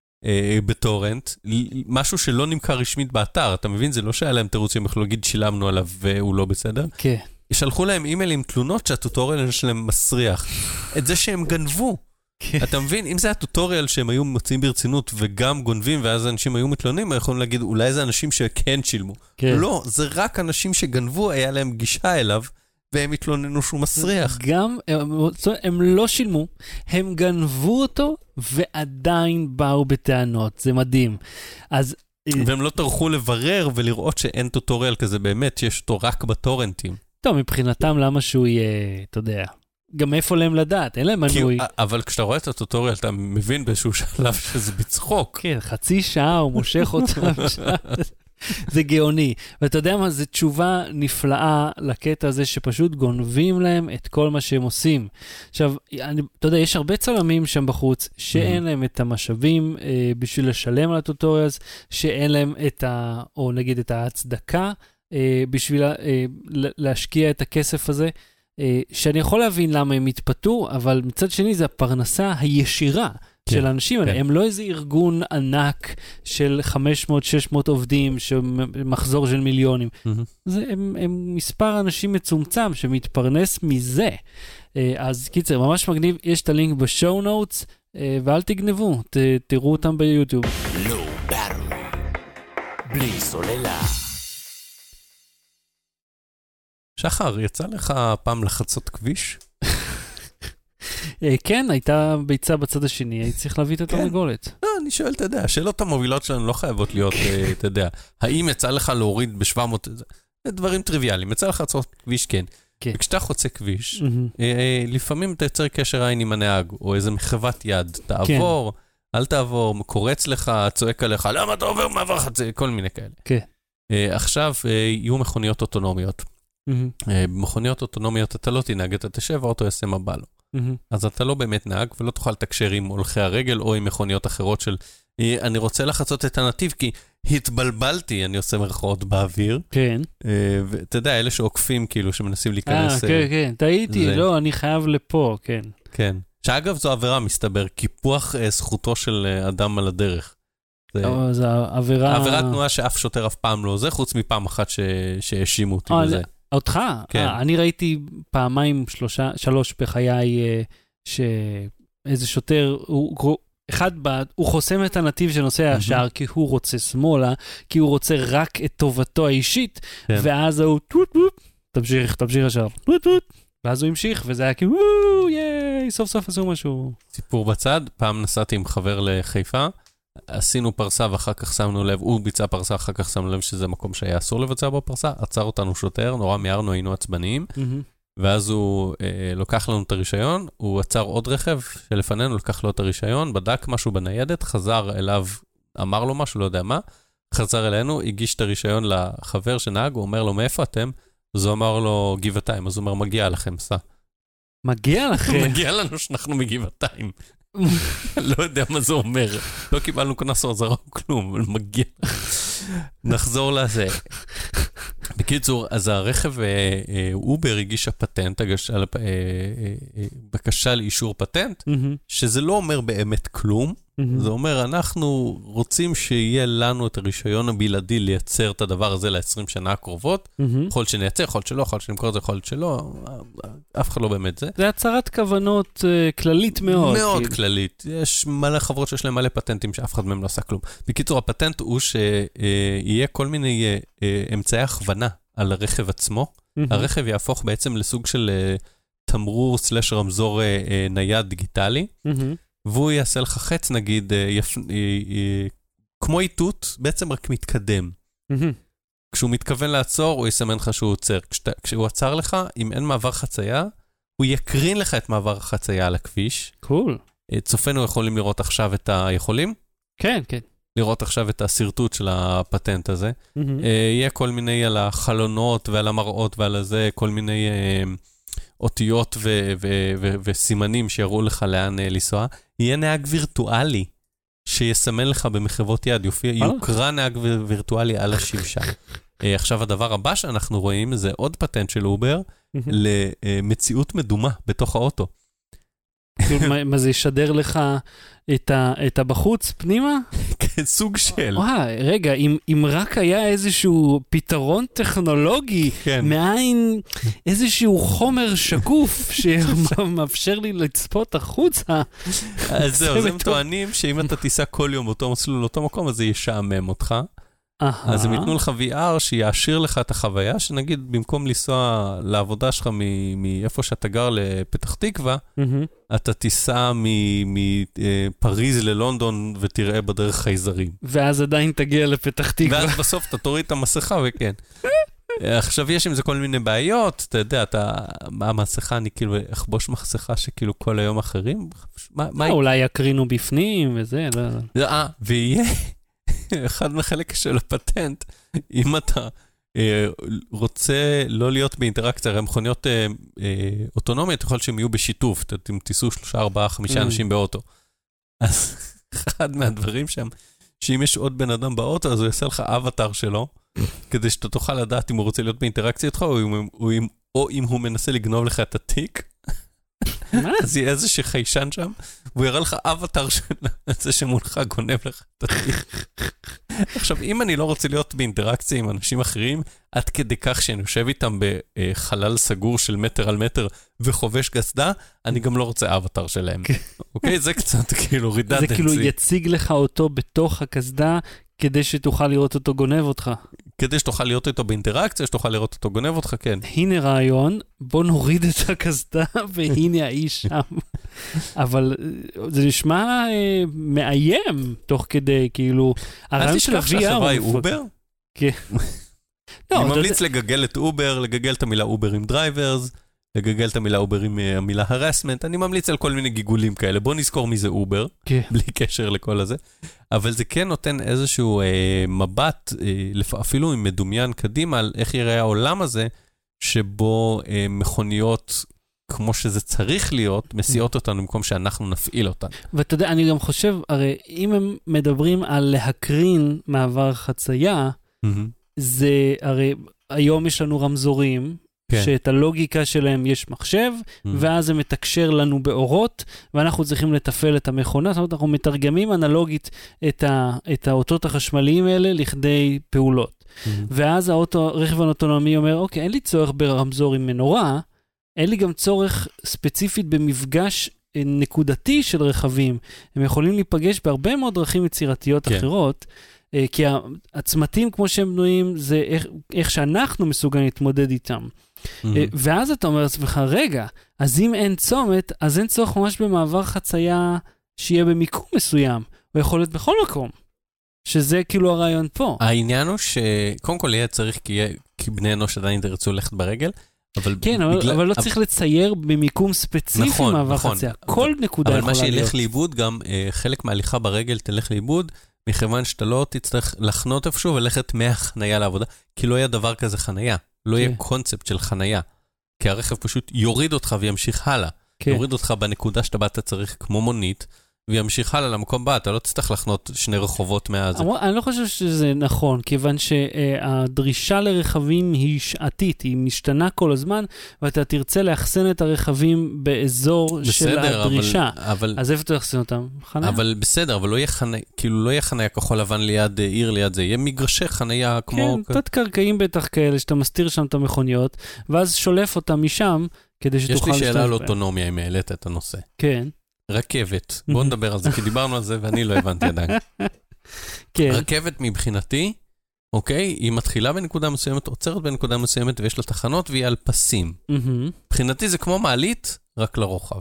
בטורנט, משהו שלא נמכר רשמית באתר, אתה מבין? זה לא שהיה להם תירוצים, יכלו להגיד שילמנו עליו והוא לא בסדר. כן. שלחו להם אימיילים תלונות שהטוטוריאל שלהם מסריח. את זה שהם גנבו. אתה מבין, אם זה הטוטוריאל שהם היו מוצאים ברצינות וגם גונבים, ואז אנשים היו מתלוננים, יכולים להגיד, אולי זה אנשים שכן שילמו. לא, זה רק אנשים שגנבו, היה להם גישה אליו, והם התלוננו שהוא מסריח. גם, הם לא שילמו, הם גנבו אותו, ועדיין באו בטענות. זה מדהים. אז... והם לא טרחו לברר ולראות שאין טוטוריאל כזה באמת, שיש אותו רק בטורנטים. טוב, מבחינתם למה שהוא יהיה, אתה יודע, גם איפה להם לדעת, אין להם מנוי. אבל כשאתה רואה את הטוטוריאל, אתה מבין באיזשהו שלב שזה בצחוק. כן, חצי שעה הוא מושך אותם. זה גאוני. ואתה יודע מה, זו תשובה נפלאה לקטע הזה שפשוט גונבים להם את כל מה שהם עושים. עכשיו, אני, אתה יודע, יש הרבה צלמים שם בחוץ שאין להם את המשאבים אה, בשביל לשלם על הטוטוריאלס, שאין להם את ה... או נגיד את ההצדקה אה, בשביל אה, להשקיע את הכסף הזה, אה, שאני יכול להבין למה הם התפתו, אבל מצד שני זה הפרנסה הישירה של האנשים האלה. הם לא איזה ארגון ענק של חמש מאות שש מאות עובדים, שמחזור של מיליונים. הם מספר אנשים מצומצם שמתפרנס מזה. אז קיצר, ממש מגניב, יש את הלינק בשואו נוטס, ואל תגנבו, תראו אותם ביוטיוב. Low Battery, בלי סוללה. שחר, יצא לך פעם לחצות כביש? כן, הייתה ביצה בצד השני, הייתי צריך להביא את התרנגולת. לא, אני שואל, אתה יודע, השאלות המובילות שלנו לא חייבות להיות, אתה יודע, האם יצא לך להוריד ב-שבע מאות, זה דברים טריוויאליים, יצא לך לחצות כביש, כן. וכשאתה חוצה כביש, לפעמים אתה יוצר קשר עין עם הנהג, או איזה מחוות יד, תעבור, אל תעבור, קורץ לך, צועק עליך, למה אתה עובר מעבר חצי, כל מיני כאלה. עכשיו יהיו מכוניות אוטונומיות. במכוניות אוטונומיות אתה לא תנהג, אתה תשב, האוטו יעשה מה בא לו. אז אתה לא באמת נהג, ולא תוכל לתקשר עם הולכי הרגל, או עם מכוניות אחרות של, אני רוצה לחצות את הנתיב, כי התבלבלתי, אני עושה מרכאות באוויר. כן. ואתה יודע, אלה שעוקפים, כאילו, שמנסים להיכנס. אה, כן, כן, טעיתי, לא, אני חייב לפה, כן. כן. שאגב, זו עבירה, מסתבר, קיפוח זכותו של אדם על הדרך. זו עבירה... עבירה תנועה שאף שוטר אף פעם לא זה, חוץ מפעם אחת שהאשימו אותי בזה. אותך? כן. אני ראיתי פעמיים, שלושה, שלוש בחיי, שאיזה שוטר, הוא, אחד, הוא חוסם את הנתיב שנוסע ישר, כי הוא רוצה שמאלה, כי הוא רוצה רק את טובתו האישית, ואז הוא, טוט טוט, תמשיך, תמשיך ישר, טוט טוט, ואז הוא המשיך, וזה היה כאילו, ייי, סוף סוף עשו משהו. סיפור בצד, פעם נסעתי עם חבר לחיפה, עשינו פרסה ואחר כך שמנו לב, הוא ביצע פרסה, אחר כך שמנו לב שזה מקום שהיה אסור לבצע בו פרסה, עצר אותנו שוטר, נורא מיהרנו, היינו עצבניים, ואז הוא אה, לוקח לנו את הרישיון, הוא עצר עוד רכב שלפנינו, לקח לו את הרישיון, בדק משהו בניידת, חזר אליו, אמר לו משהו, לא יודע מה, חזר אלינו, הגיש את הרישיון לחבר שנהג, הוא אומר לו, מאיפה אתם? אז הוא אמר לו, גבעתיים, אז הוא אומר, מגיע לכם, סע. מגיע לכם? מגיע לנו שאנחנו מגבעתיים. לא יודע מה זה אומר. לא קיבלנו כנס או עזרה או כלום, אבל מגיע. נחזור לזה. בקיצור, אז הרכב אובר הגישה פטנט, בקשה לאישור פטנט, שזה לא אומר באמת כלום. זה אומר, אנחנו רוצים שיהיה לנו את הרישיון הבלעדי לייצר את הדבר הזה ל-עשרים שנה הקרובות. יכול שנייצר, יכול שלא, יכול שנמכור את זה, יכול שלא. אף אחד לא באמת זה. זה הצהרת כוונות כללית מאוד. מאוד כללית. יש מלא חברות שיש להם מלא פטנטים שאף אחד מהם לא עשה כלום. בקיצור, הפטנט הוא שיהיה כל מיני אמצעי הכוונה על הרכב עצמו. הרכב יהפוך בעצם לסוג של תמרור סלש רמזור נייד דיגיטלי. והוא יעשה לך חץ, נגיד, יפ... כמו איתות, בעצם רק מתקדם. כשהוא מתכוון לעצור, הוא יסמן לך שהוא עוצר. כשת... כשהוא עצר לך, אם אין מעבר חצייה, הוא יקרין לך את מעבר החצייה על הכביש. קול. צופנו יכולים לראות עכשיו את ה... יכולים? כן, כן. לראות עכשיו את הסרטוט של הפטנט הזה. יהיה כל מיני על החלונות ועל המראות ועל הזה, כל מיני... אותיות ו- ו- ו- וסימנים שיראו לך לאן לנסוע, יהיה נהג וירטואלי שיסמן לך במחוות יד, יופיע, יוקרא נהג וירטואלי על השמשה. עכשיו הדבר הבא שאנחנו רואים זה עוד פטנט של אובר למציאות מדומה בתוך האוטו. מה זה ישדר לך את, ה, את הבחוץ פנימה? סוג של. וואי, רגע, אם, אם רק היה איזשהו פתרון טכנולוגי, כן. מאין איזשהו חומר שקוף שמאפשר לי לצפות החוצה. אז זהו, אז הם טוענים שאם אתה תיסע כל יום באותו מסלול לאותו מקום, אז זה ישעמם אותך. אז הם ייתנו לך וי אר שיעשיר לך את החוויה, שנגיד במקום לנסוע לעבודה שלך מאיפה שאתה גר לפתח תקווה, אתה תיסע מפריז ללונדון ותראה בדרך חייזרים. ואז עדיין תגיע לפתח תקווה. ואז בסוף אתה תוריד את המסכה וכן. עכשיו יש עם זה כל מיני בעיות, אתה יודע, המסכה, אני כאילו אחבוש מסכה שכאילו כל היום אחרים. אולי יקרינו בפנים וזה, לא. אה, ויהיה... אחד מחלק של הפטנט, אם אתה אה, רוצה לא להיות באינטראקציה, הרי מכוניות אה, אה, אוטונומיות, יכול שהם יהיו בשיתוף, אתם תיסעו שלושה, ארבעה, חמישה אנשים באוטו. אז אחד מהדברים שם, שאם יש עוד בן אדם באוטו, אז הוא יעשה לך אבטר שלו, כדי שאתה תוכל לדעת אם הוא רוצה להיות באינטראקציה איתך, או אם, או אם, או אם הוא מנסה לגנוב לך את התיק. אז יהיה איזה שחיישן שם, והוא יראה לך אבטר של זה שמולך גונב לך את התיק. עכשיו, אם אני לא רוצה להיות באינטראקציה עם אנשים אחרים, עד כדי כך שאני יושב איתם בחלל סגור של מטר על מטר וחובש גסדה, אני גם לא רוצה אבטר שלהם. אוקיי? זה קצת כאילו רידת זה כאילו יציג לך אותו בתוך הקסדה, כדי שתוכל לראות אותו גונב אותך. כדי שתוכל לראות אותו באינטראקציה, שתוכל לראות אותו גונב אותך, כן. הנה רעיון, בוא נוריד את הקסדה, והנה האיש שם. אבל זה נשמע אה, מאיים, תוך כדי, כאילו... אל תשכח שהחברה היא אובר? כן. אני ממליץ לגגל את אובר, לגגל את המילה אובר עם דרייברס, לגגל את המילה אובר עם המילה הרסמנט, אני ממליץ על כל מיני גיגולים כאלה, בוא נזכור מי זה אובר, כן. בלי קשר לכל הזה, אבל זה כן נותן איזשהו אה, מבט, אה, אפילו עם מדומיין קדימה, על איך יראה העולם הזה, שבו אה, מכוניות, כמו שזה צריך להיות, מסיעות אותנו במקום שאנחנו נפעיל אותן. ואתה יודע, אני גם חושב, הרי אם הם מדברים על להקרין מעבר חצייה, mm-hmm. זה, הרי היום יש לנו רמזורים, כן. שאת הלוגיקה שלהם יש מחשב, mm-hmm. ואז זה מתקשר לנו באורות, ואנחנו צריכים לתפעל את המכונה, זאת אומרת, אנחנו מתרגמים אנלוגית את, ה, את האותות החשמליים האלה לכדי פעולות. Mm-hmm. ואז האוטו, רכב האוטונומי אומר, אוקיי, אין לי צורך ברמזור עם מנורה, אין לי גם צורך ספציפית במפגש נקודתי של רכבים. הם יכולים להיפגש בהרבה מאוד דרכים יצירתיות כן. אחרות, כי הצמתים כמו שהם בנויים, זה איך, איך שאנחנו מסוגלים להתמודד איתם. Mm-hmm. ואז אתה אומר לעצמך, רגע, אז אם אין צומת, אז אין צורך ממש במעבר חצייה שיהיה במיקום מסוים, או יכול להיות בכל מקום. שזה כאילו הרעיון פה. העניין הוא שקודם כל יהיה צריך, כי, יהיה, כי בני אנוש עדיין תרצו ללכת ברגל, אבל כן, אבל, בגלל... אבל לא צריך לצייר במיקום ספציפי נכון, מעבר נכון. חצייה. כל אבל, נקודה אבל יכולה להיות. אבל מה שילך לאיבוד, גם חלק מהליכה ברגל תלך לאיבוד, מכיוון שאתה לא תצטרך לחנות איפשהו ולכת מהחנייה לעבודה, כי לא יהיה דבר כזה חנייה, לא יהיה קונספט של חנייה, כי הרכב פשוט יוריד אותך וימשיך הלאה, יוריד אותך בנקודה שאתה בא, אתה צריך כמו מונית, וימשיך הלאה למקום בא, אתה לא תצטרך לחנות שני רחובות מהזה. אני לא חושב שזה נכון, כיוון שהדרישה לרכבים היא שעתית, היא משתנה כל הזמן, ואתה תרצה לאחסן את הרכבים באזור של הדרישה. אז איפה אתה תאחסן אותם? חניה? אבל בסדר, אבל לא יהיה חניה, כאילו לא יהיה חניה כחול לבן ליד עיר ליד זה, יהיה מגרשי חניה כמו... כן, תת קרקעים בטח כאלה, שאתה מסתיר שם את המכוניות, ואז שולף אותם משם, כדי שתוכל... יש לי שאלה על אוטונומיה, אם העלית את הנושא. כן. רכבת, בואו נדבר על זה, כי דיברנו על זה ואני לא הבנתי עדיין. כן. רכבת מבחינתי, אוקיי, היא מתחילה בנקודה מסוימת, עוצרת בנקודה מסוימת, ויש לה תחנות והיא על פסים. מבחינתי זה כמו מעלית, רק לרוחב.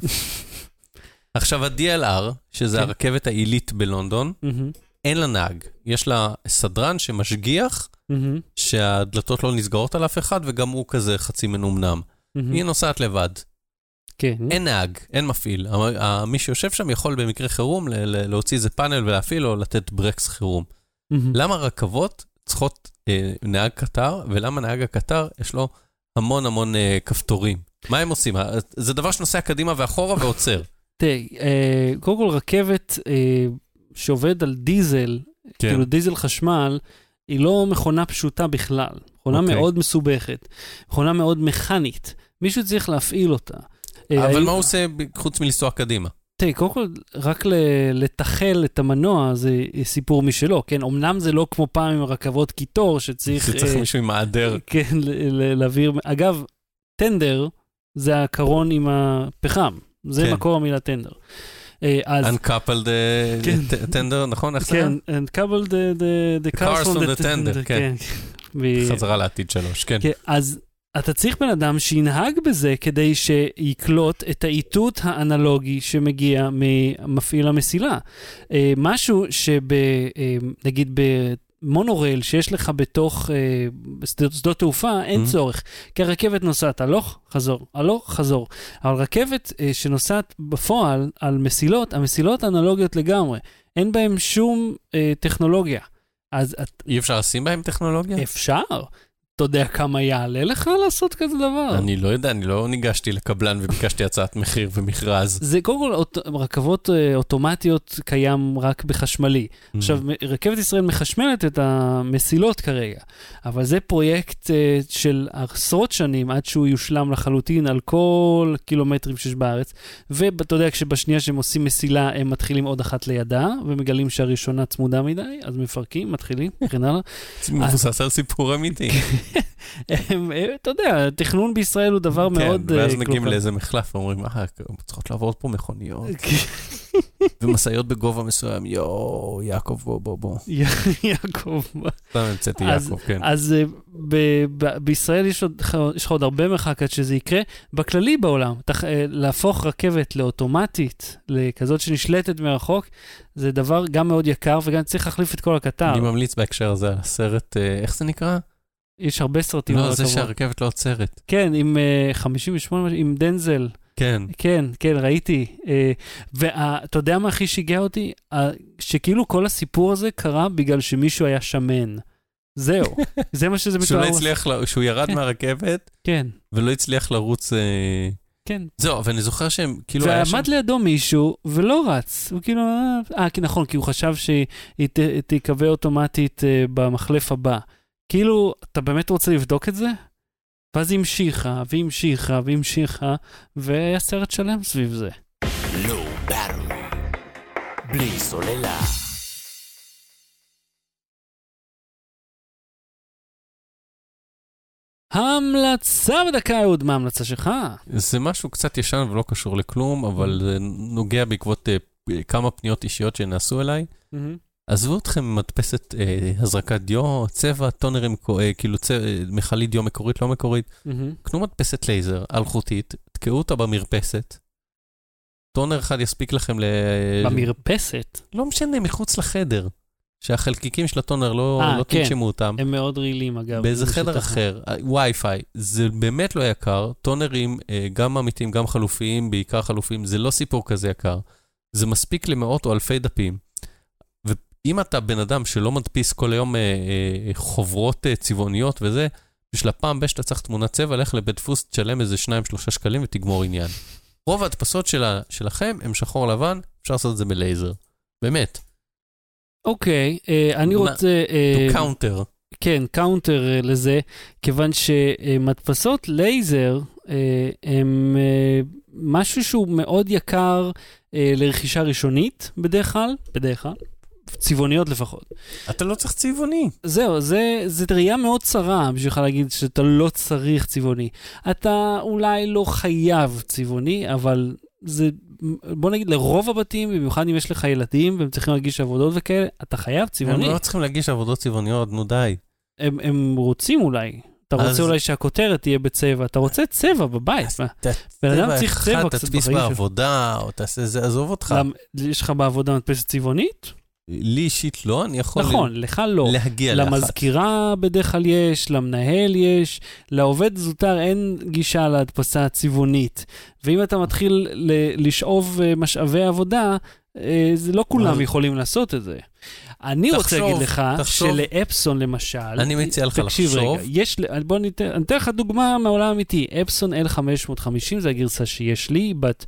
עכשיו ה-די אל אר, שזה הרכבת העילית בלונדון, אין לה נהג. יש לה סדרן שמשגיח, שהדלתות לא נסגרות על אף אחד, וגם הוא כזה חצי מנומנם. היא נוסעת לבד. כן. אין נהג, אין מפעיל. מי שיושב שם יכול במקרה חירום להוציא איזה פאנל ולהפעיל או לתת ברקס חירום. למה רכבות צריכות נהג קטר, ולמה נהג הקטר יש לו המון המון כפתורים? מה הם עושים? זה דבר שנוסע קדימה ואחורה ועוצר. תראה, קודם כל רכבת שעובד על דיזל, כאילו דיזל חשמל, היא לא מכונה פשוטה בכלל. מכונה מאוד מסובכת. מכונה מאוד מכנית. מישהו צריך להפעיל אותה. אבל מה הוא עושה חוץ מלנסוע קדימה? תראי, קודם כל, רק לתחל את המנוע זה סיפור משלו, כן? אמנם זה לא כמו פעם עם רכבות קיטור, שצריך... שצריך מישהו עם מעדר. כן, להעביר... אגב, טנדר זה הקרון עם הפחם. זה מקור המילה טנדר. Uncoupled tender, נכון? איך זה? כן, Uncoupled the cars from the tender, כן. חזרה לעתיד שלוש, כן. אז אתה צריך בן אדם שינהג בזה כדי שיקלוט את האיתות האנלוגי שמגיע ממפעיל המסילה. משהו שנגיד במונורייל שיש לך בתוך שדות תעופה, אין צורך. כי הרכבת נוסעת הלוך, חזור, הלוך, חזור. אבל רכבת שנוסעת בפועל על מסילות, המסילות אנלוגיות לגמרי. אין בהם שום טכנולוגיה. אז אי אפשר לשים בהם טכנולוגיה? אפשר. אתה יודע כמה יעלה לך לעשות כזה דבר? אני לא יודע, אני לא ניגשתי לקבלן וביקשתי הצעת מחיר ומכרז. זה קודם כל, אוט, רכבות אוטומטיות קיים רק בחשמלי. Mm-hmm. עכשיו, רכבת ישראל מחשמלת את המסילות כרגע, אבל זה פרויקט של עשרות שנים עד שהוא יושלם לחלוטין על כל קילומטרים שיש בארץ, ואתה יודע, כשבשנייה שהם עושים מסילה, הם מתחילים עוד אחת לידה, ומגלים שהראשונה צמודה מדי, אז מפרקים, מתחילים, וכן הלאה. מבוסס על סיפור אמיתי. אתה יודע, תכנון בישראל הוא דבר מאוד... כן, ואז מגיעים לאיזה מחלף, ואומרים, אה, צריכות לעבור פה מכוניות. ומסעיות בגובה מסוים, יואו, יעקב, בוא, בוא, בוא. יעקב, בוא. סתם המצאתי יעקב, כן. אז בישראל יש לך עוד הרבה מרחק עד שזה יקרה. בכללי בעולם, להפוך רכבת לאוטומטית, לכזאת שנשלטת מרחוק, זה דבר גם מאוד יקר, וגם צריך להחליף את כל הקטר. אני ממליץ בהקשר הזה על הסרט, איך זה נקרא? יש הרבה סרטים. לא, זה שהרכבת לא עוצרת. כן, עם חמישים ושמונה, עם דנזל. כן. כן, כן, ראיתי. ואתה יודע מה הכי שיגע אותי? שכאילו כל הסיפור הזה קרה בגלל שמישהו היה שמן. זהו. זה מה שזה מתואר. שהוא לא הצליח, שהוא ירד מהרכבת. כן. ולא הצליח לרוץ... כן. זהו, ואני זוכר שהם כאילו... ועמד לידו מישהו ולא רץ. הוא כאילו... אה, נכון, כי הוא חשב שהיא תקווה אוטומטית במחלף הבא. כאילו, אתה באמת רוצה לבדוק את זה? ואז היא המשיכה, והיא המשיכה, והיא המשיכה, והיה סרט שלם סביב זה. לא ברור. בלי סוללה. המלצה בדקה, אהוד, מה ההמלצה שלך? זה משהו קצת ישן ולא קשור לכלום, אבל זה נוגע בעקבות כמה פניות אישיות שנעשו אליי. עזבו אתכם מדפסת אה, הזרקת דיו, צבע, טונרים, אה, כאילו צבע, מכלית דיו מקורית, לא מקורית. Mm-hmm. קנו מדפסת לייזר, אלחוטית, תקעו אותה במרפסת. טונר אחד יספיק לכם ל... במרפסת? לא משנה, מחוץ לחדר. שהחלקיקים של הטונר לא, 아, לא כן. תנשמו אותם. הם מאוד רעילים, אגב. באיזה חדר אחר. וי-פיי, זה באמת לא יקר. טונרים, אה, גם אמיתיים, גם חלופיים, בעיקר חלופיים, זה לא סיפור כזה יקר. זה מספיק למאות או אלפי דפים. אם אתה בן אדם שלא מדפיס כל היום אה, אה, חוברות אה, צבעוניות וזה, בשביל הפעם שאתה צריך תמונת צבע, לך לבית דפוס, תשלם איזה שניים, שלושה שקלים ותגמור עניין. רוב ההדפסות שלה, שלכם הם שחור לבן, אפשר לעשות את זה בלייזר. באמת. אוקיי, אה, אני רוצה... אה, to counter. כן, קאונטר אה, לזה, כיוון שמדפסות לייזר אה, הם אה, משהו שהוא מאוד יקר אה, לרכישה ראשונית, בדרך כלל, בדרך כלל. צבעוניות לפחות. אתה לא צריך צבעוני. זהו, זה, זה ראייה מאוד צרה בשבילך להגיד שאתה לא צריך צבעוני. אתה אולי לא חייב צבעוני, אבל זה, בוא נגיד, לרוב הבתים, במיוחד אם יש לך ילדים והם צריכים להגיש עבודות וכאלה, אתה חייב צבעוני. הם לא צריכים להגיש עבודות צבעוניות, נו די. הם, הם רוצים אולי. אתה רוצה אז... אולי שהכותרת תהיה בצבע. אתה רוצה צבע בבית. בן אדם צריך צבע קצת תדפיס בעבודה, או תעשה זה, עזוב אותך. יש לך בעבודה מדפסת צבעונית? לי אישית לא, אני יכול נכון, לך לא. להגיע לאחת. למזכירה בדרך כלל יש, למנהל יש, לעובד זוטר אין גישה להדפסה צבעונית. ואם אתה מתחיל לשאוב משאבי עבודה, זה לא כולם יכולים לעשות את זה. אני רוצה להגיד לך שלאפסון למשל, אני מציע לך לחשוב. בוא ניתן לך דוגמה מהעולם האמיתי. אפסון אל חמש מאות וחמישים זה הגרסה שיש לי, בת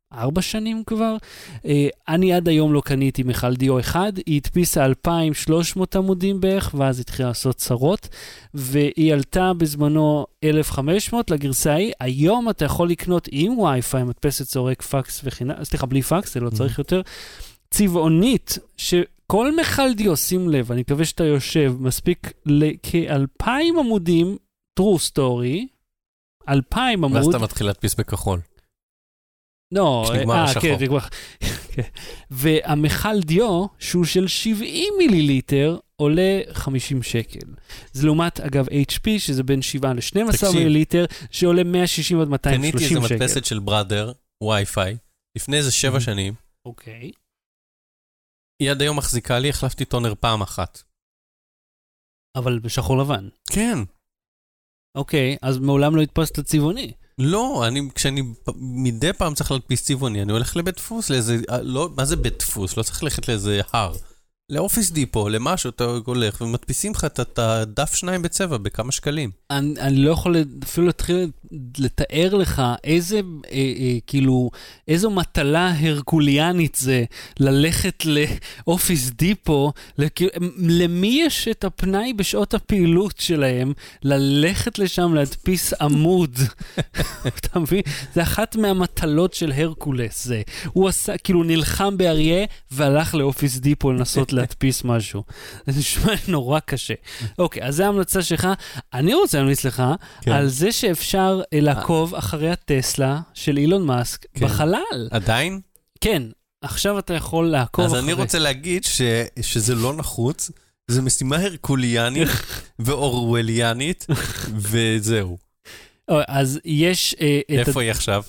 ארבע שנים כבר. אני עד היום לא קניתי מיכל דיו אחד, היא הדפיסה אלפיים ושלוש מאות עמודים בערך, ואז התחילה לעשות צרות, והיא עלתה בזמנו אלף וחמש מאות לגרסה ההיא. היום אתה יכול לקנות עם וי-פיי, מדפסת סורק פקס וחינם, סליחה, בלי פקס, זה לא צריך יותר, צבעונית, שכל מיכל דיו, שים לב, אני מקווה שאתה יושב, מספיק לכ-אלפיים עמודים, true story, אלפיים עמוד. ואז אתה מתחיל להדפיס בכחול. לא, שנגמר השחור. כן, נגמר. והמיכל דיו, שהוא של שבעים מיליליטר, עולה חמישים שקל. זה לעומת, אגב, אייץ' פי, שזה בין שבעה ל-שנים עשר מיליליטר, שעולה מאה שישים עד מאתיים ושלושים שקל. קניתי איזה מדפסת של בראדר, וי-פיי, לפני איזה שבע שנים. אוקיי. היא עד היום מחזיקה לי, החלפתי טונר פעם אחת. אבל בשחור לבן. כן. אוקיי, אז מעולם לא התפסת צבעוני. לא, אני, כשאני מדי פעם צריך להדפיס צבעוני, אני הולך לבית דפוס, לאיזה, לא, מה זה בית דפוס? לא צריך ללכת לאיזה הר. לאופיס דיפו, למשהו, אתה הולך ומדפיסים לך את הדף שניים בצבע, בכמה שקלים. אני, אני לא יכול אפילו להתחיל לתאר לך איזה, אה, אה, כאילו, איזו מטלה הרקוליאנית זה ללכת לאופיס דיפו, לכאילו, למי יש את הפנאי בשעות הפעילות שלהם, ללכת לשם להדפיס עמוד. אתה מבין? זה אחת מהמטלות של הרקולס, זה. הוא עשה, כאילו, נלחם באריה והלך לאופיס דיפו לנסות להדפיס משהו. זה נשמע נורא קשה. אוקיי, אז זה ההמלצה שלך. אני רוצה להמליץ לך על זה שאפשר לעקוב אחרי הטסלה של אילון מאסק בחלל. עדיין? כן, עכשיו אתה יכול לעקוב אחרי. אז אני רוצה להגיד שזה לא נחוץ, זה משימה הרקוליאנית ואורווליאנית, וזהו. אז יש... איפה היא עכשיו?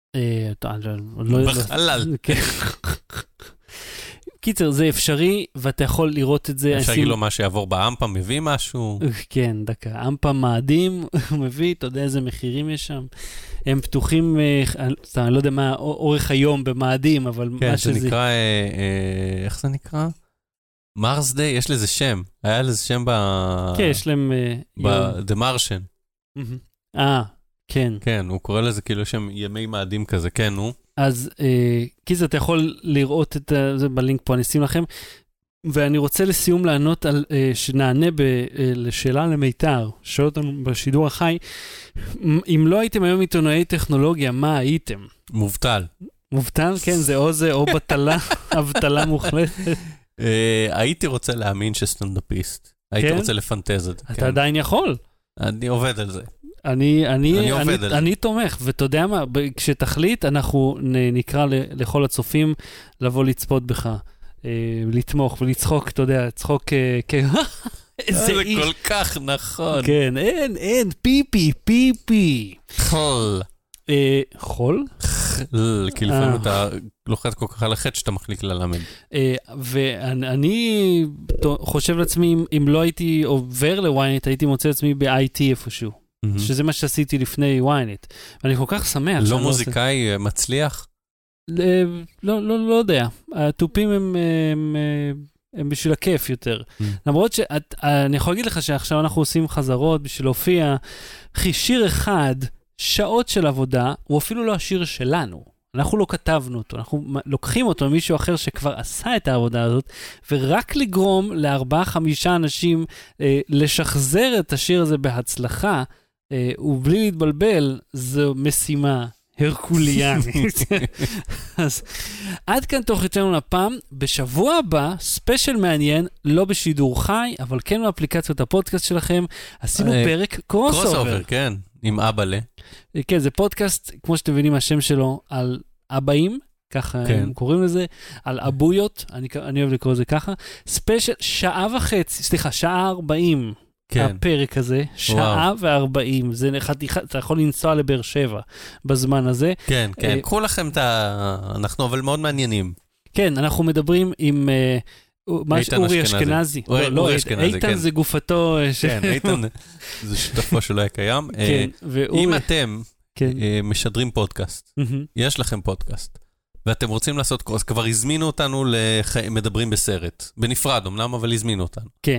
בחלל. כן. קיצר, זה אפשרי, ואתה יכול לראות את זה. אפשר להגיד לו מה שיעבור באמפה, מביא משהו? כן, דקה. אמפה מאדים, מביא, אתה יודע איזה מחירים יש שם. הם פתוחים, אני לא יודע מה אורך היום במאדים, אבל מה שזה... כן, זה נקרא, איך זה נקרא? מרס דיי, יש לזה שם. היה לזה שם ב... כן, יש להם... ב-The Martian. אה, כן. כן, הוא קורא לזה כאילו שם ימי מאדים כזה, כן, נו. אז קיצר, אתה יכול לראות את זה בלינק פה, אני אשים לכם, ואני רוצה לסיום לענות על, שנענה לשאלה למיתר, שואל אותנו בשידור החי, אם לא הייתם היום עיתונאי טכנולוגיה, מה הייתם? מובטל. מובטל, כן, זה או זה, או בטלה, אבטלה מוחלטת. הייתי רוצה להאמין שסטנדאפיסט. הייתי רוצה לפנטז את זה. אתה עדיין יכול. אני עובד על זה. אני, אני, אני, אני, אני, אני תומך, ואתה יודע מה, כשתחליט, אנחנו נקרא לכל הצופים לבוא לצפות בך, לתמוך ולצחוק, אתה יודע, צחוק כ... זה כל כך נכון. כן, אין, אין, פיפי, פיפי. חול. חול? חול, כי לפעמים אתה לוחץ כל כך על החץ שאתה מחליק ללמד. ואני חושב לעצמי, אם לא הייתי עובר לוויינט, הייתי מוצא לעצמי ב-איי טי איפשהו. שזה מה שעשיתי לפני וויינט. ואני כל כך שמח. לא מוזיקאי מצליח? לא, לא, לא יודע. הטופים הם, הם, הם בשביל הכיף יותר. למרות שאני יכול להגיד לך שעכשיו אנחנו עושים חזרות בשביל להופיע, שיר אחד, שעות של עבודה, הוא אפילו לא השיר שלנו. אנחנו לא כתבנו אותו, אנחנו לוקחים אותו ממישהו אחר שכבר עשה את העבודה הזאת, ורק לגרום לארבעה, חמישה אנשים אה, לשחזר את השיר הזה בהצלחה, אה, ובלי להתבלבל, זו משימה הרקוליאנית. אז עד כאן תוך יתנו לפעם, בשבוע הבא, ספיישל מעניין, לא בשידור חי, אבל כן באפליקציות הפודקאסט שלכם, עשינו פרק קרוס אובר. קרוס אובר, כן, עם אבאלה. כן, זה פודקאסט, כמו שאתם מבינים, השם שלו, על אבאים, ככה כן. הם קוראים לזה, על אבויות, אני, אני אוהב לקרוא לזה ככה, ספיישל, שעה וחצי, סליחה, שעה ארבעים, כן. הפרק הזה, שעה וארבעים, זה חתיכה, אתה יכול לנסוע לבאר שבע בזמן הזה. כן, כן, קחו לכם את ה... אנחנו אבל מאוד מעניינים. כן, אנחנו מדברים עם... אורי אשכנזי. אורי אשכנזי, כן. איתן זה גופתו... כן, איתן זה שותפו שלא היה קיים. אם אתם משדרים פודקאסט, יש לכם פודקאסט, ואתם רוצים לעשות קרוס, כבר הזמינו אותנו למדברים בסרט, בנפרד, אמנם, אבל הזמינו אותנו. כן.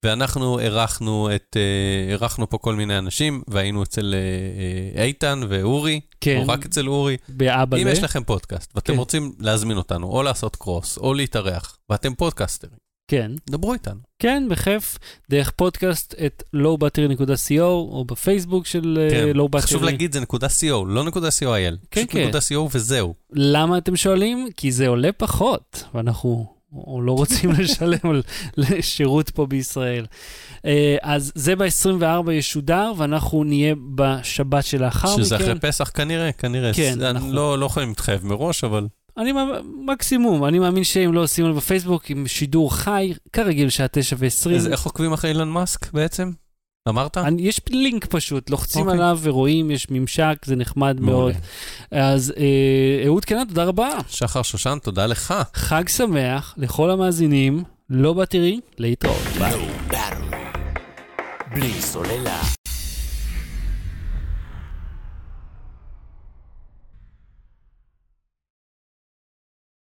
ואנחנו ערכנו את, ערכנו פה כל מיני אנשים, והיינו אצל איתן ואורי, כן. או רק אצל אורי. באבא אם ל... יש לכם פודקאסט, ואתם כן. רוצים להזמין אותנו, או לעשות קרוס, או להתארח, ואתם פודקאסטרים, כן. דברו איתנו. כן, בכיף, דרך פודקאסט את לואו בטרי נקודה סי או, או בפייסבוק של כן. לואו בטרי. חשוב להגיד, זה נקודה .co, לא נקודה .co.il. כן, פשוט כן. נקודה .co וזהו. למה אתם שואלים? כי זה עולה פחות, ואנחנו או לא רוצים לשלם על שירות פה בישראל. אז זה ב-עשרים וארבע ישודר, ואנחנו נהיה בשבת שלאחר מכן. שזה אחרי פסח כנראה, כנראה. כן, אנחנו... לא, לא יכולים להתחייב מראש, אבל... אני מקסימום, אני מאמין שאם לא עושים על בפייסבוק, עם שידור חי, כרגיל שעה תשע ועשרים. אז איך עוקבים אחרי אילון מאסק בעצם? אמרת? אני, יש לינק פשוט, לוחצים okay. עליו ורואים, יש ממשק, זה נחמד מאוד. אז אה, אהוד קנן, תודה רבה. שחר שושן, תודה לך. חג שמח לכל המאזינים, לא בטרי, להתראות. ביי. בלי סוללה.